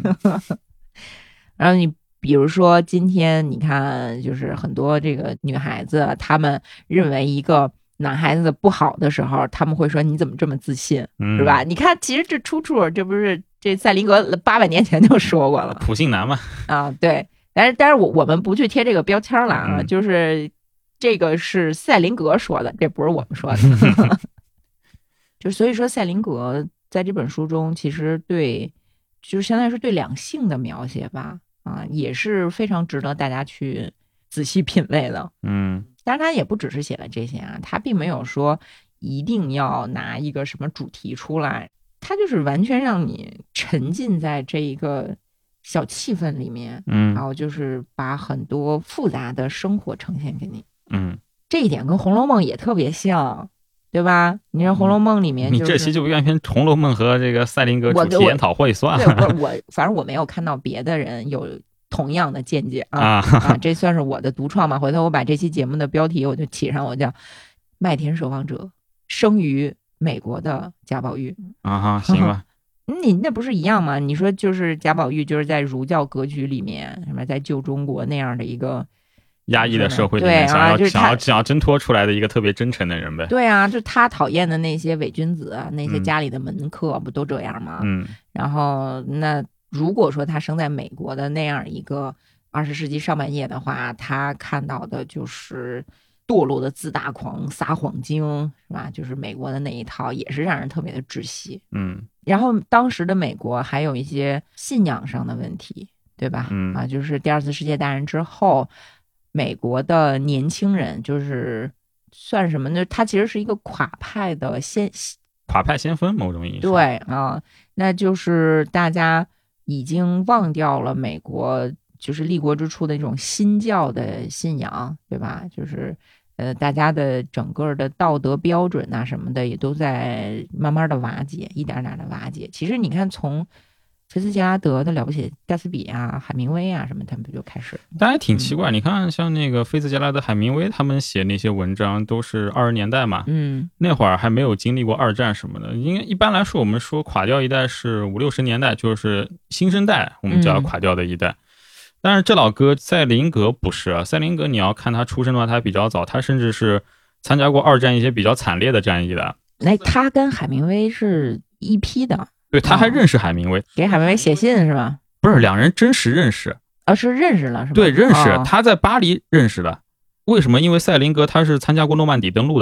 然后你比如说今天你看，就是很多这个女孩子，她们认为一个男孩子不好的时候，他们会说你怎么这么自信，是吧？你看其实这出处，这不是这赛林格800年前就说过了， 普信男嘛。 对，但是我们不去贴这个标签了啊，就是这个是赛林格说的，这不是我们说的。就所以说赛林格在这本书中其实对就是相当于是对两性的描写吧，也是非常值得大家去仔细品味的。当然他也不只是写了这些啊，他并没有说一定要拿一个什么主题出来，他就是完全让你沉浸在这一个小气氛里面，然后就是把很多复杂的生活呈现给你。这一点跟《红楼梦》也特别像，对吧？你说《红楼梦》里面、 你这期就完全《红楼梦》和这个赛林格主题研讨会算了。 对，反正我没有看到别的人有同样的见解这算是我的独创嘛。回头我把这期节目的标题我就起上，我叫《麦田守望者》，生于美国的贾宝玉行吧。 你那不是一样吗？你说就是贾宝玉就是在儒教格局里面，什么在旧中国那样的一个压抑的社会里面，想要挣脱出来的一个特别真诚的人呗。 对啊，就他讨厌的那些伪君子，那些家里的门客不都这样吗？然后那如果说他生在美国的那样一个20世纪上半叶的话，他看到的就是堕落的自大狂、撒谎精，是吧？就是美国的那一套，也是让人特别的窒息。然后当时的美国还有一些信仰上的问题，对吧？就是第2次世界大战之后，美国的年轻人就是算什么呢？他其实是一个垮派先锋， 某种意义上。 对那就是大家已经忘掉了美国就是立国之初的那种新教的信仰，对吧？就是大家的整个的道德标准什么的也都在慢慢的瓦解，一点点的瓦解。其实你看从菲茨杰拉德的了不起盖茨比海明威什么，他们不就开始？ 但还挺奇怪，你看像那个菲茨杰拉德、海明威他们写那些文章都是20年代嘛，那会儿还没有经历过2战什么的。因为一般来说我们说垮掉一代是50、60年代，就是新生代我们叫垮掉的一代。但是这老哥赛林格不是啊，赛林格你要看他出生的话，他比较早，他甚至是参加过2战一些比较惨烈的战役的。 那他跟海明威是一批的。 对，他还认识海明威， 给海明威写信是吧？ 不是，两人真实认识。 是认识了是吧？ 对，认识，他在巴黎认识的。为什么？因为赛林格他是参加过诺曼底登陆的。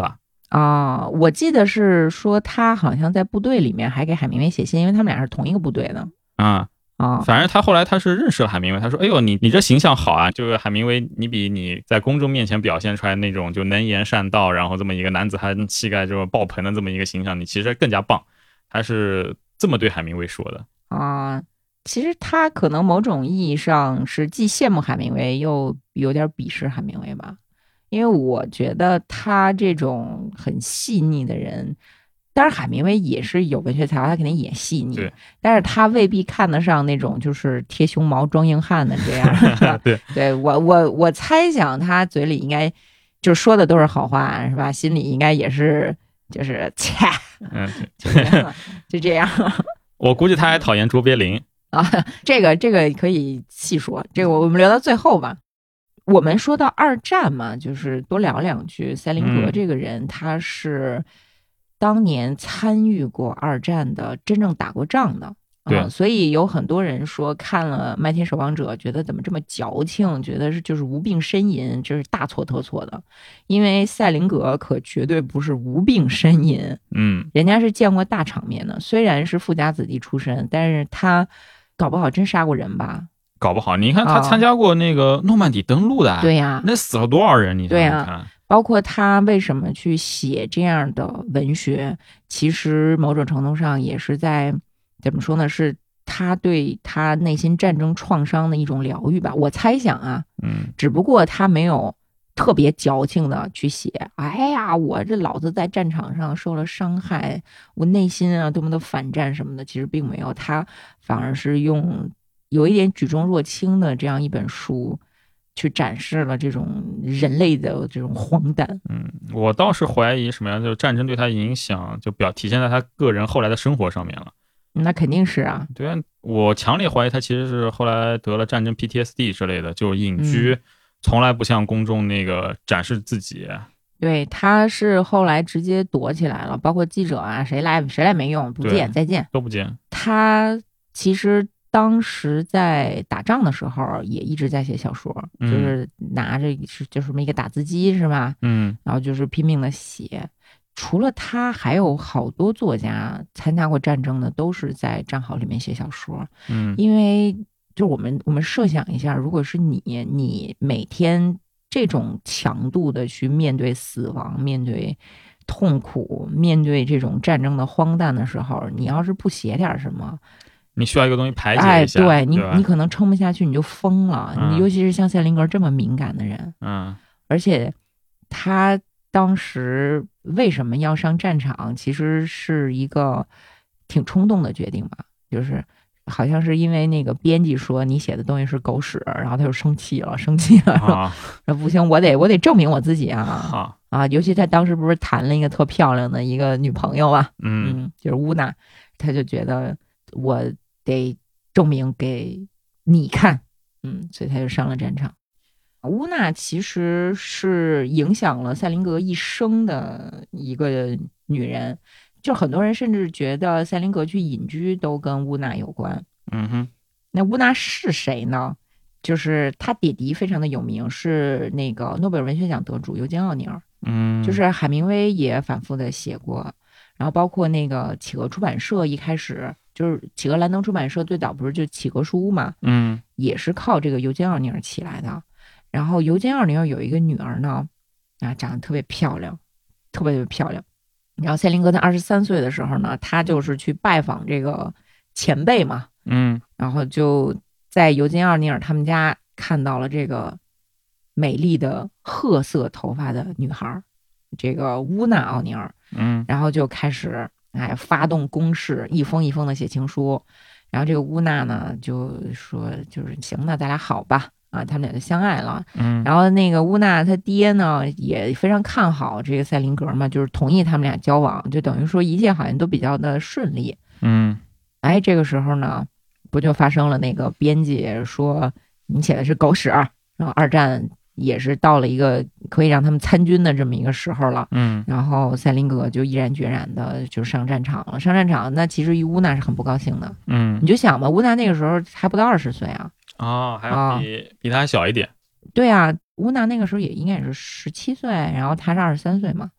我记得是说他好像在部队里面还给海明威写信，因为他们俩是同一个部队的反正他后来他是认识了海明威，他说：“哎呦，你这形象好啊！就是海明威，你比你在公众面前表现出来那种就能言善道，然后这么一个男子汉气概就爆棚的这么一个形象，你其实更加棒。”他是这么对海明威说的其实他可能某种意义上是既羡慕海明威，又有点鄙视海明威吧，因为我觉得他这种很细腻的人。当然，海明威也是有文学才华，他肯定也细腻，但是他未必看得上那种就是贴胸毛装硬汉的这样。对，我猜想他嘴里应该就说的都是好话，是吧？心里应该也是就是切，就这样。 我估计他还讨厌卓别林这个可以细说，这个我们留到最后吧。我们说到二战嘛，就是多聊两句。塞林格这个人，他是当年参与过二战的，真正打过仗的。所以有很多人说看了《麦田守望者》，觉得怎么这么矫情，觉得是就是无病呻吟，这是大错特错的。因为塞林格可绝对不是无病呻吟，人家是见过大场面的。虽然是富家子弟出身，但是他搞不好真杀过人吧？ 搞不好，你看他参加过那个诺曼底登陆的， 对呀， 那死了多少人？你想想看。 包括他为什么去写这样的文学，其实某种程度上也是在怎么说呢？是他对他内心战争创伤的一种疗愈吧。我猜想啊，只不过他没有特别矫情的去写。哎呀，我这老子在战场上受了伤害，我内心啊多么的反战什么的，其实并没有。他反而是用有一点举重若轻的这样一本书。去展示了这种人类的这种荒诞。 我倒是怀疑什么样，就是战争对他影响就体现在他个人后来的生活上面了。 那肯定是啊。 对啊，我强烈怀疑他其实是后来得了战争 PTSD 之类的，就隐居，从来不向公众那个展示自己。 对，他是后来直接躲起来了，包括记者啊，谁来没用，不见，再见， 都不见。 他其实当时在打仗的时候也一直在写小说，就是拿着就是这么一个打字机是吧？然后就是拼命的写。除了他，还有好多作家参加过战争的，都是在战壕里面写小说。因为就我们设想一下，如果是你每天这种强度的去面对死亡，面对痛苦，面对这种战争的荒诞的时候，你要是不写点什么。 你需要一个东西排解一下， 对你可能撑不下去，你就疯了。你尤其是像塞林格这么敏感的人，而且他当时为什么要上战场，其实是一个挺冲动的决定吧，就是好像是因为那个编辑说你写的东西是狗屎，然后他就生气了，说不行，我得证明我自己啊！尤其他当时不是谈了一个特漂亮的一个女朋友啊，就是乌娜，他就觉得我得证明给你看，所以他就上了战场。乌娜其实是影响了塞林格一生的一个女人，就很多人甚至觉得塞林格去隐居都跟乌娜有关。那乌娜是谁呢？就是他爹爹非常的有名，是那个诺贝尔文学奖得主尤金·奥尼尔。就是海明威也反复的写过，然后包括那个企鹅出版社一开始就是企鹅兰登出版社最早不是就企鹅书嘛，也是靠这个尤金·奥尼尔起来的。然后尤金·奥尼尔有一个女儿呢，长得特别漂亮，特别漂亮。然后塞林格在23岁的时候呢，他就是去拜访这个前辈嘛，然后就在尤金·奥尼尔他们家看到了这个美丽的褐色头发的女孩，这个乌娜·奥尼尔，然后就开始发动攻势，一封一封的写情书。然后这个乌娜呢就说就是行，那咱俩好吧。他们俩就相爱了。然后那个乌娜他爹呢也非常看好这个塞林格嘛，就是同意他们俩交往，就等于说一切好像都比较的顺利。这个时候呢，不就发生了那个编辑说你写的是狗屎，然后二战也是到了一个可以让他们参军的这么一个时候了。然后塞林格就毅然决然的就上战场了。上战场，那其实乌娜是很不高兴的。你就想吧，乌娜那个时候还不到20岁啊。 还要比他小一点。 对啊，乌娜那个时候也应该也是17岁，然后他是23岁嘛。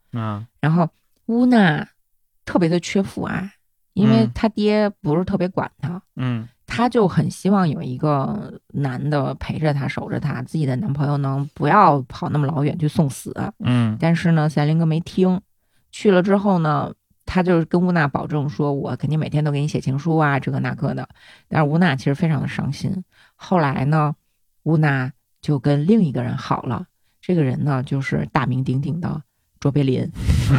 然后乌娜特别的缺父爱，因为他爹不是特别管他，他就很希望有一个男的陪着他守着他，自己的男朋友能不要跑那么老远去送死，但是呢赛林格没听，去了之后呢他就跟乌娜保证说我肯定每天都给你写情书啊这个那个的，但是乌娜其实非常的伤心。后来呢乌娜就跟另一个人好了，这个人呢就是大名鼎鼎的卓别林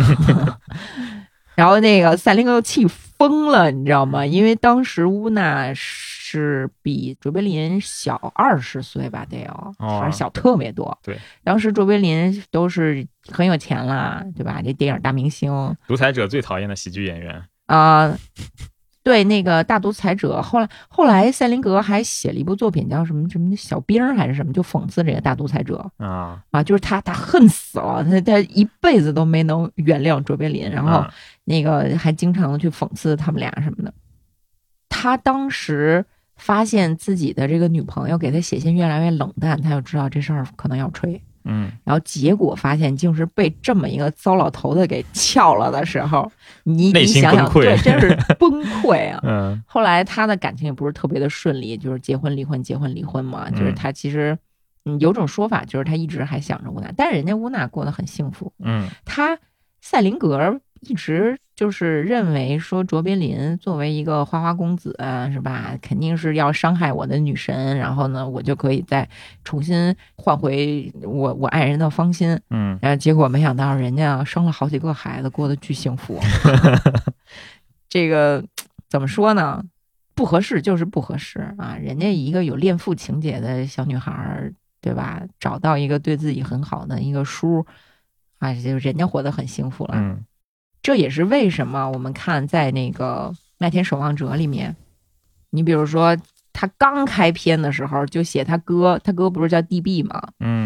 然后那个赛林格气疯了，你知道吗？因为当时乌娜是比卓别林小20岁吧，得有，反正小特别多。 对， 当时卓别林都是很有钱了，对吧？这电影大明星， 独裁者最讨厌的喜剧演员对，那个大独裁者，后来赛林格还写了一部作品叫什么小兵还是什么，就讽刺这个大独裁者就是他恨死了，他一辈子都没能原谅卓别林，然后那个还经常的去讽刺他们俩什么的。他当时发现自己的这个女朋友给他写信越来越冷淡，他就知道这事儿可能要吹。然后结果发现竟是被这么一个糟老头子给撬了的时候，你想想，对，真是崩溃啊！后来他的感情也不是特别的顺利，就是结婚离婚嘛，就是他其实有种说法就是他一直还想着乌娜，但是人家乌娜过得很幸福。他赛林格一直就是认为说卓别林作为一个花花公子是吧，肯定是要伤害我的女神，然后呢我就可以再重新换回我爱人的芳心。然后结果没想到人家生了好几个孩子，过得巨幸福这个怎么说呢，不合适就是不合适啊！人家一个有恋父情节的小女孩，对吧，找到一个对自己很好的一个叔就人家活得很幸福了。这也是为什么我们看在那个《麦田守望者》里面，你比如说他刚开篇的时候就写他哥不是叫 DB 吗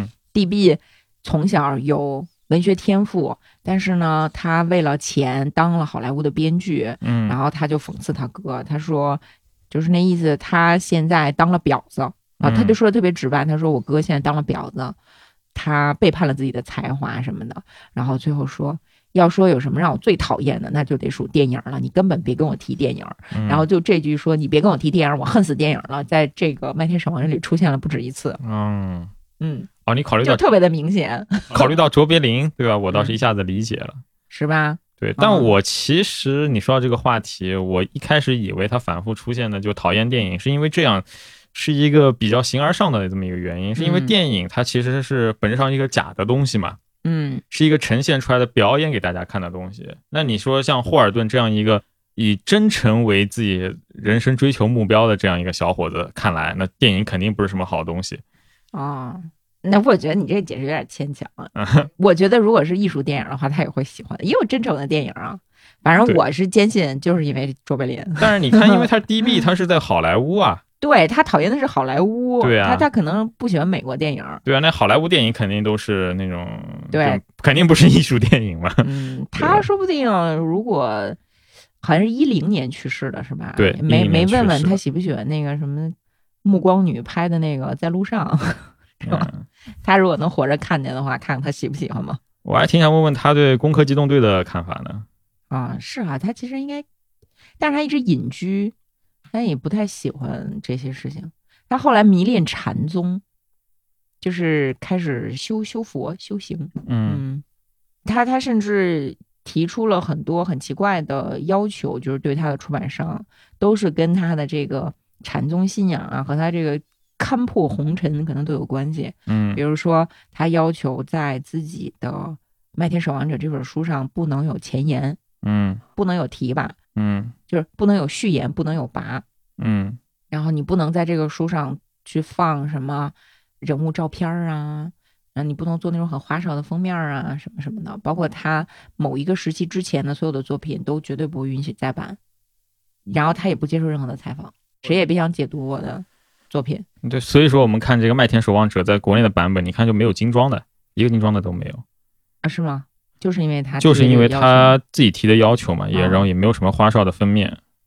？DB 从小有文学天赋，但是呢他为了钱当了好莱坞的编剧，然后他就讽刺他哥，他说就是那意思，他现在当了婊子他就说的特别直白，他说我哥现在当了婊子，他背叛了自己的才华什么的，然后最后说要说有什么让我最讨厌的，那就得数电影了，你根本别跟我提电影。然后就这句说你别跟我提电影，我恨死电影了，在这个《麦田守望者》里出现了不止一次。 你考虑到就特别的明显， 考虑到卓别林，对吧？我倒是一下子理解了， 是吧？ 对，但我其实你说到这个话题，我一开始以为他反复出现的就讨厌电影，是因为这样是一个比较形而上的这么一个原因，是因为电影它其实是本质上一个假的东西嘛。是一个呈现出来的表演给大家看的东西。那你说像霍尔顿这样一个以真诚为自己人生追求目标的这样一个小伙子，看来那电影肯定不是什么好东西那我觉得你这解释有点牵强我觉得如果是艺术电影的话，他也会喜欢的，也有真诚的电影反正我是坚信就是因为卓别林。 但是你看，因为他 DB 他是在好莱坞对，他讨厌的是好莱坞， 对啊， 他可能不喜欢美国电影， 对啊，那好莱坞电影肯定都是那种， 对， 肯定不是艺术电影嘛。 他说不定如果好像是10年去世的是吧？ 对， 没问问他喜不喜欢那个什么暮光女拍的那个在路上，是吧？他如果能活着看见的话，看看他喜不喜欢嘛。 我还挺想问问他对攻壳机动队的看法呢。 是他其实应该，但是他一直隐居。他也不太喜欢这些事情，他后来迷恋禅宗，就是开始修佛修行。他甚至提出了很多很奇怪的要求，就是对他的出版商都是跟他的这个禅宗信仰和他这个看破红尘可能都有关系。比如说他要求在自己的《麦田守望者》这本书上不能有前言，不能有提拔，就是不能有序言，不能有跋，然后你不能在这个书上去放什么人物照片然后你不能做那种很花哨的封面什么什么的，包括他某一个时期之前的所有的作品都绝对不会允许再版，然后他也不接受任何的采访，谁也别想解读我的作品。 对，所以说我们看这个《麦田守望者》在国内的版本，你看就没有精装的，一个精装的都没有是吗？就是因为他自己提的要求嘛，然后也没有什么花哨的封面。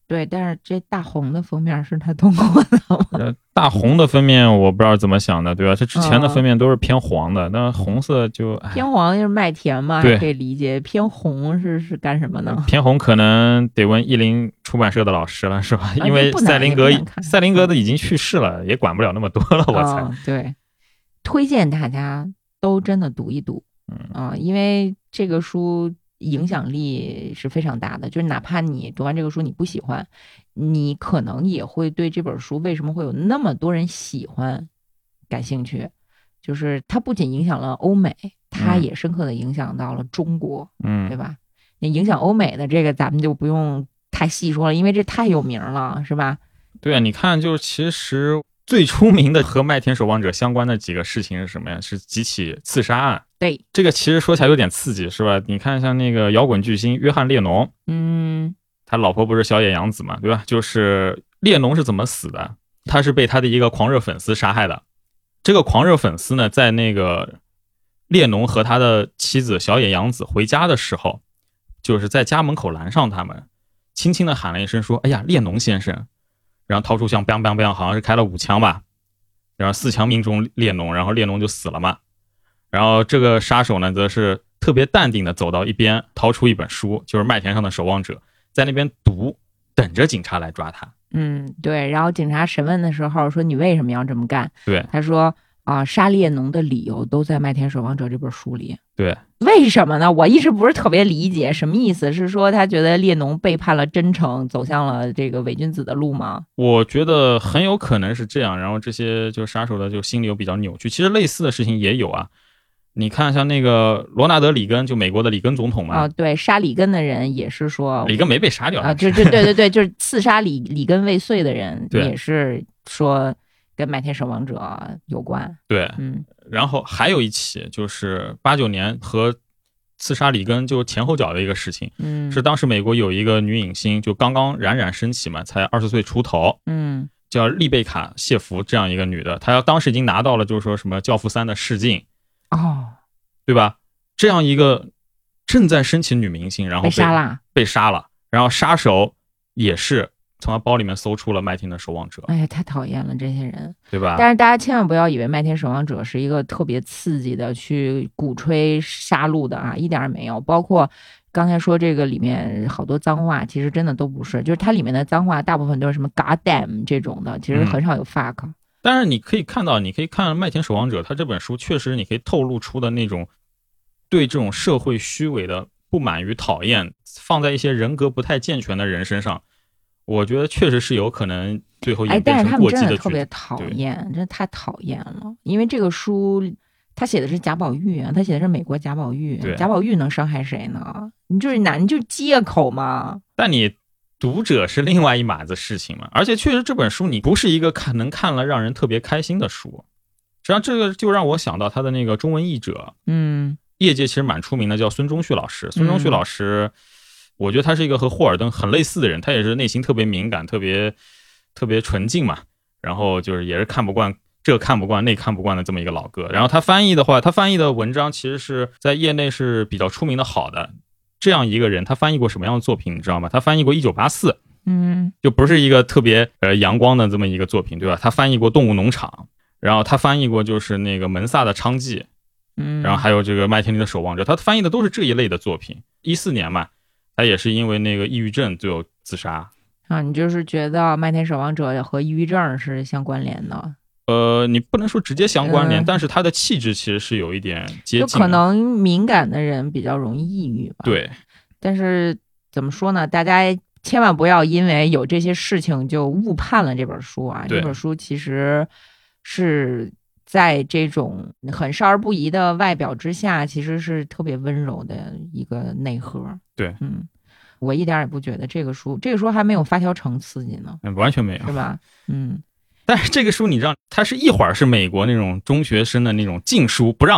对，但是这大红的封面是他通过的吗？ 大红的封面我不知道怎么想的，对吧？这之前的封面都是偏黄的，那红色就偏黄就是麦田嘛， 对， 可以理解。偏红是干什么呢？ 偏红可能得问译林出版社的老师了，是吧？因为赛林格的已经去世了，也管不了那么多了，我猜。 对，推荐大家都真的读一读，因为这个书影响力是非常大的，就是哪怕你读完这个书你不喜欢，你可能也会对这本书为什么会有那么多人喜欢感兴趣。就是它不仅影响了欧美，它也深刻的影响到了中国，对吧？你影响欧美的这个咱们就不用太细说了，因为这太有名了，是吧？ 对啊，你看，就是其实最出名的和麦田守望者相关的几个事情是什么呀？是几起刺杀案。 对， 这个其实说起来有点刺激，是吧？你看像那个摇滚巨星约翰列侬，他老婆不是小野洋子嘛，对吧？就是列侬是怎么死的？他是被他的一个狂热粉丝杀害的。这个狂热粉丝呢，在那个列侬和他的妻子小野洋子回家的时候，就是在家门口拦上他们，轻轻的喊了一声说：“哎呀，列侬先生。”然后掏出枪 bang bang bang， 好像是开了5枪吧，然后4枪命中列侬，然后列侬就死了嘛。然后这个杀手呢，则是特别淡定的走到一边，掏出一本书，就是麦田上的守望者，在那边读，等着警察来抓他。 对。然后警察审问的时候说：“你为什么要这么干？” 对， 他说：“杀列侬的理由都在《麦田守望者》这本书里。” 对， 为什么呢？我一直不是特别理解，什么意思？是说他觉得列侬背叛了真诚，走向了这个伪君子的路吗？ 我觉得很有可能是这样。然后这些就杀手的就心里有比较扭曲。其实类似的事情也有啊。你看，像那个罗纳德·里根，就美国的里根总统嘛。 对，杀里根的人也是说里根没被杀掉啊， 对，就是刺杀里根未遂的人，也是说跟麦田守望者有关。 对，然后还有一起就是89年和刺杀里根就前后脚的一个事情，是当时美国有一个女影星就刚刚冉冉升起嘛，才20岁出头，叫丽贝卡·谢弗这样一个女的，她当时已经拿到了就是说什么《教父3》的试镜，对吧？这样一个正在升起女明星，然后被杀了，然后杀手也是从他包里面搜出了麦田的守望者。 哎呀，太讨厌了这些人， 对吧？ 但是大家千万不要以为麦田守望者是一个特别刺激的去鼓吹杀戮的啊，一点也没有。包括刚才说这个里面好多脏话，其实真的都不是，就是它里面的脏话大部分都是什么 God damn 这种的，其实很少有 fuck。 但是你可以看麦田守望者，他这本书确实你可以透露出的那种对这种社会虚伪的不满与讨厌，放在一些人格不太健全的人身上，我觉得确实是有可能最后演变成过激的。 但是他们真的特别讨厌，真的太讨厌了。因为这个书他写的是贾宝玉啊，他写的是美国贾宝玉，贾宝玉能伤害谁呢？你就是借口嘛。但你读者是另外一码子事情嘛。而且确实这本书你不是一个能看了让人特别开心的书。实际上这个就让我想到他的那个中文译者，业界其实蛮出名的，叫孙中旭老师。孙中旭老师，我觉得他是一个和霍尔登很类似的人，他也是内心特别敏感、特别纯净嘛。然后就是也是看不惯这看不惯那看不惯的这么一个老哥。然后他翻译的文章其实是在业内是比较出名的好的。这样一个人，他翻译过什么样的作品你知道吗？他翻译过1984，就不是一个特别阳光的这么一个作品，对吧？他翻译过《动物农场》，然后他翻译过就是那个门萨的娼妓，然后还有这个麦田里的守望者，他翻译的都是这一类的作品。14年嘛，他也是因为那个抑郁症最后自杀。 你就是觉得麦田守望者和抑郁症是相关联的？ 你不能说直接相关联，但是他的气质其实是有一点接近的。 就可能敏感的人比较容易抑郁吧。 对， 但是怎么说呢？大家千万不要因为有这些事情就误判了这本书啊！这本书其实是在这种很少儿不宜的外表之下，其实是特别温柔的一个内核。 对， 我一点也不觉得这个书还没有发条城刺激呢， 完全没有， 是吧？但是这个书你知道，它是一会儿是美国那种中学生的那种禁书不让看，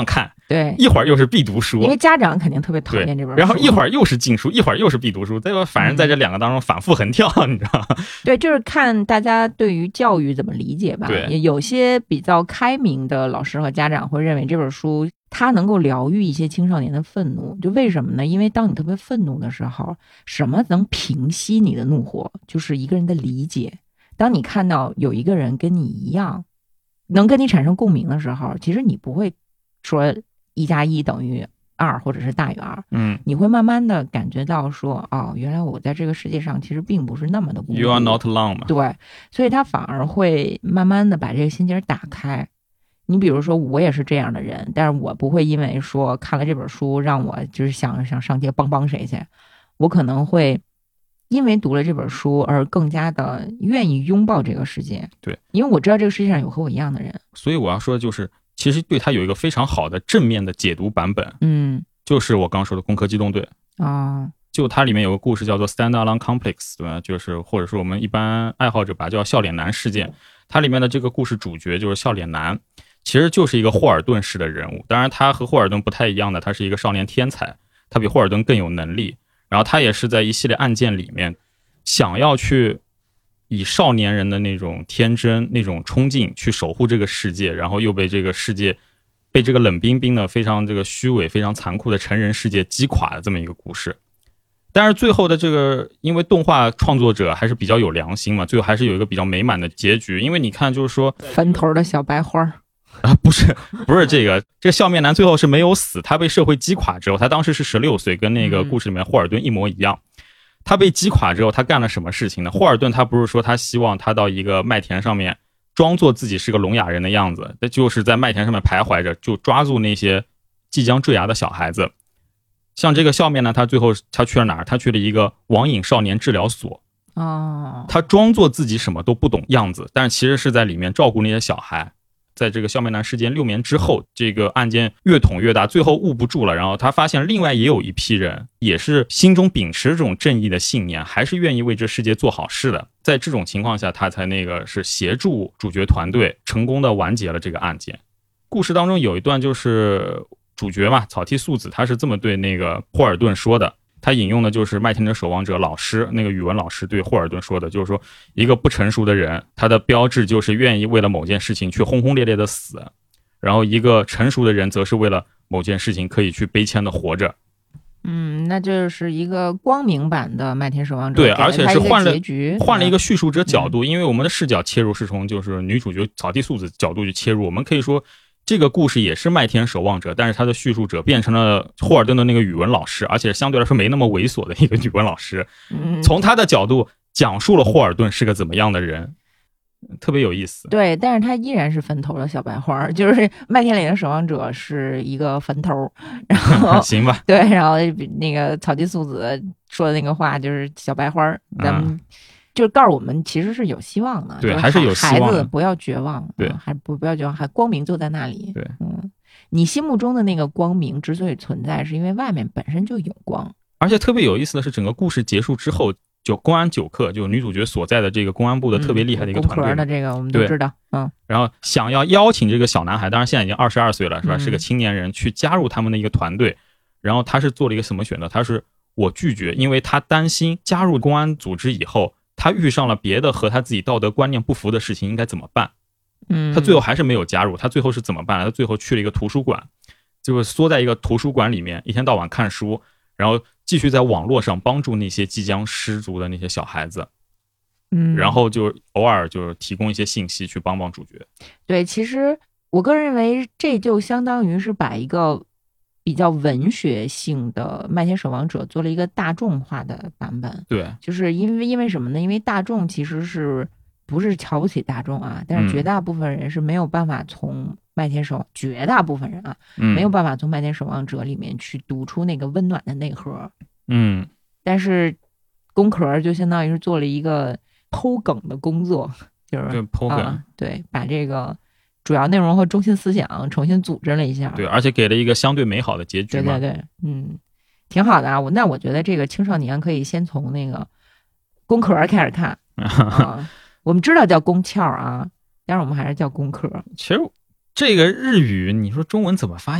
对， 一会儿又是必读书， 因为家长肯定特别讨厌这本书， 然后一会儿又是禁书，一会儿又是必读书，这个反正在这两个当中反复横跳，你知道吗？ 对，就是看大家对于教育怎么理解吧。 对， 有些比较开明的老师和家长会认为这本书它能够疗愈一些青少年的愤怒，就为什么呢？因为当你特别愤怒的时候，什么能平息你的怒火？就是一个人的理解。当你看到有一个人跟你一样，能跟你产生共鸣的时候，其实你不会说1+1等于2，或者是大于2。你会慢慢的感觉到说，哦，原来我在这个世界上其实并不是那么的孤独。 You are not alone 嘛。 对，所以他反而会慢慢的把这个心结打开。你比如说，我也是这样的人，但是我不会因为说看了这本书让我就是想上街帮谁去，我可能会因为读了这本书而更加的愿意拥抱这个世界。 对， 因为我知道这个世界上有和我一样的人。 所以我要说的就是，其实对他有一个非常好的正面的解读版本，就是我刚说的《攻壳机动队》就它里面有个故事叫做 Stand-alone Complex， 对吧？就是或者说我们一般爱好者把它叫笑脸男事件。它里面的这个故事主角就是笑脸男，其实就是一个霍尔顿式的人物。当然他和霍尔顿不太一样的，他是一个少年天才，他比霍尔顿更有能力。然后他也是在一系列案件里面想要去以少年人的那种天真那种冲劲去守护这个世界，然后又被这个世界被这个冷冰冰的非常这个虚伪非常残酷的成人世界击垮的这么一个故事。但是最后的这个因为动画创作者还是比较有良心嘛，最后还是有一个比较美满的结局。因为你看就是说坟头的小白花不是这个笑面男最后是没有死，他被社会击垮之后，他当时是16岁，跟那个故事里面霍尔顿一模一样。他被击垮之后他干了什么事情呢？霍尔顿他不是说他希望他到一个麦田上面装作自己是个聋哑人的样子，就是在麦田上面徘徊着，就抓住那些即将坠崖的小孩子。像这个笑面呢，他最后他去了哪儿？他去了一个网瘾少年治疗所。他装作自己什么都不懂样子，但是其实是在里面照顾那些小孩。在这个笑面男事件6年之后，这个案件越捅越大，最后捂不住了，然后他发现另外也有一批人也是心中秉持这种正义的信念，还是愿意为这世界做好事的。在这种情况下，他才是协助主角团队成功的完结了这个案件。故事当中有一段就是主角嘛，草剃素子，他是这么对那个霍尔顿说的，他引用的就是麦田的守望者老师那个语文老师对霍尔顿说的，就是说一个不成熟的人，他的标志就是愿意为了某件事情去轰轰烈烈的死，然后一个成熟的人则是为了某件事情可以去悲谦的活着。 那就是一个光明版的麦田守望者。 对，而且是换了一个叙述者角度，因为我们的视角切入是从就是女主角草剃素子角度去切入，我们可以说这个故事也是麦田守望者，但是他的叙述者变成了霍尔顿的那个语文老师，而且相对来说没那么猥琐的一个语文老师，从他的角度讲述了霍尔顿是个怎么样的人，特别有意思。 对，但是他依然是坟头的小白花，就是麦田里的守望者是一个坟头，然后行吧， 对，然后那个草剃素子说的那个话就是小白花，咱们就是告诉我们其实是有希望的， 对，还是有希望的， 孩子不要绝望， 对， 还不要绝望，还光明就在那里。 对， 你心目中的那个光明之所以存在，是因为外面本身就有光。 而且特别有意思的是，整个故事结束之后，就公安9课，就女主角所在的这个公安部的特别厉害的一个团队， 的这个我们都知道， 然后想要邀请这个小男孩，当然现在已经22岁了，是吧？是个青年人，去加入他们的一个团队。然后他是做了一个什么选择？他是我拒绝，因为他担心加入公安组织以后，他遇上了别的和他自己道德观念不符的事情，应该怎么办？他最后还是没有加入。他最后是怎么办？他最后去了一个图书馆，就是缩在一个图书馆里面，一天到晚看书，然后继续在网络上帮助那些即将失足的那些小孩子。然后就偶尔就是提供一些信息去帮主角。 对，其实我个人认为这就相当于是把一个比较文学性的麦田守望者做了一个大众化的版本。 对， 就是因为什么呢？因为大众其实是不是瞧不起大众啊？但是绝大部分人是没有办法从绝大部分人啊，没有办法从麦田守望者里面去读出那个温暖的内核。但是工壳就相当于是做了一个剖梗的工作，就是剖梗， 对，把这个主要内容和中心思想重新组织了一下， 对，而且给了一个相对美好的结局嘛。 对，挺好的啊。那我觉得这个青少年可以先从那个工壳开始看我们知道叫宫壳啊，但是我们还是叫工壳。 其实这个日语你说中文怎么发音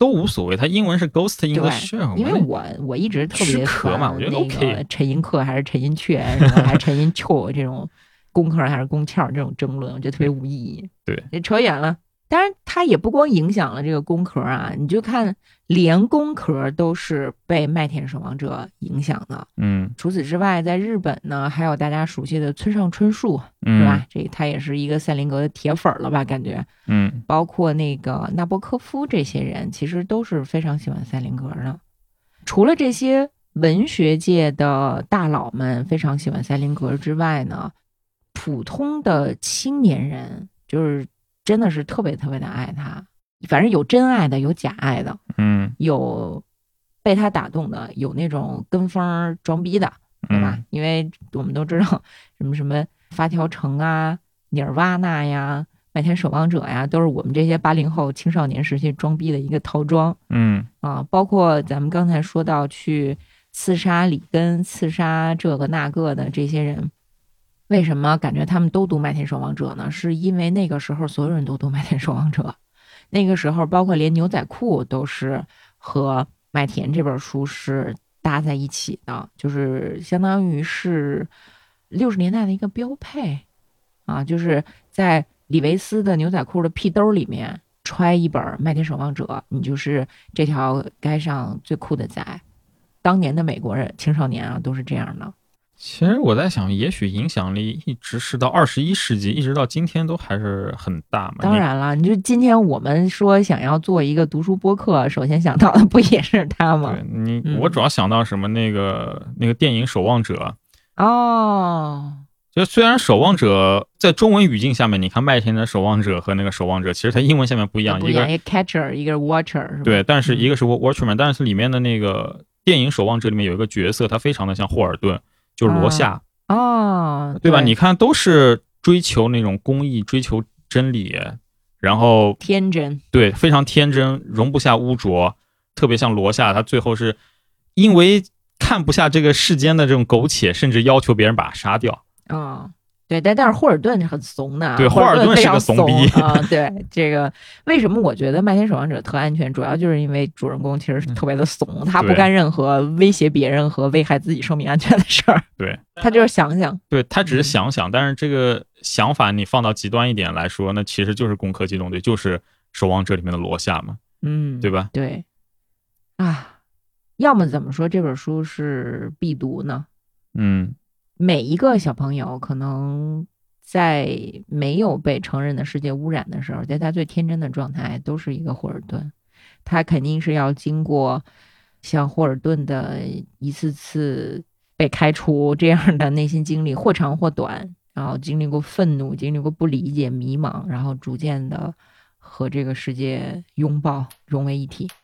都无所谓，它英文是 Ghost in the Shell， 因为我一直特别壳嘛，我觉得 OK。 陈寅恪还是陈寅恪，还是陈寅恪这种工壳还是工壳这种争论，我觉得特别无意义。 对， 也扯远了。当然，它也不光影响了这个工壳啊，你就看连工壳都是被麦田守望者影响的。除此之外，在日本呢，还有大家熟悉的村上春树，是吧？这他也是一个赛林格的铁粉了吧？感觉，包括那个纳博科夫这些人，其实都是非常喜欢赛林格的。除了这些文学界的大佬们非常喜欢赛林格之外呢，普通的青年人就是真的是特别特别的爱他，反正有真爱的，有假爱的，有被他打动的，有那种跟风装逼的，对吧？因为我们都知道什么发条城啊、尼尔瓦纳呀、麦田守望者呀，都是我们这些80后青少年时期装逼的一个套装。包括咱们刚才说到去刺杀里根、刺杀这个那个的这些人。为什么感觉他们都读麦田守望者呢？是因为那个时候所有人都读麦田守望者，那个时候包括连牛仔裤都是和麦田这本书是搭在一起的，就是相当于是60年代的一个标配啊，就是在李维斯的牛仔裤的屁兜里面揣一本麦田守望者，你就是这条街上最酷的仔。当年的美国人青少年啊都是这样的。 其实我在想，也许影响力一直是到21世纪，一直到今天都还是很大嘛。 当然了，你就今天我们说想要做一个读书播客，首先想到的不也是他吗？ 对我主要想到什么那个电影《守望者》就虽然守望者在中文语境下面，你看麦田的守望者和那个守望者，其实它英文下面不一样， 一个 catcher， 一个 watcher， 是吧？ 对，但是一个是 watchman，但是里面的那个电影《守望者》里面有一个角色，他非常的像霍尔顿。就是罗夏对吧？你看都是追求那种公义，追求真理，然后天真， 对，非常天真，容不下污浊。特别像罗夏，他最后是因为看不下这个世间的这种苟且，甚至要求别人把他杀掉。 对，但是霍尔顿是很怂的， 对，霍尔顿是个怂逼对，这个为什么我觉得麦田守望者特安全，主要就是因为主人公其实是特别的怂，他不干任何威胁别人和危害自己生命安全的事儿。 对， 他就是想想， 对，他只是想想，但是这个想法你放到极端一点来说，那其实就是攻壳机动队，就是守望者里面的罗夏嘛，对吧？ 对要么怎么说这本书是必读呢？每一个小朋友可能在没有被成人的世界污染的时候，在他最天真的状态都是一个霍尔顿，他肯定是要经过像霍尔顿的一次次被开除这样的内心经历，或长或短，然后经历过愤怒，经历过不理解、迷茫，然后逐渐的和这个世界拥抱，融为一体。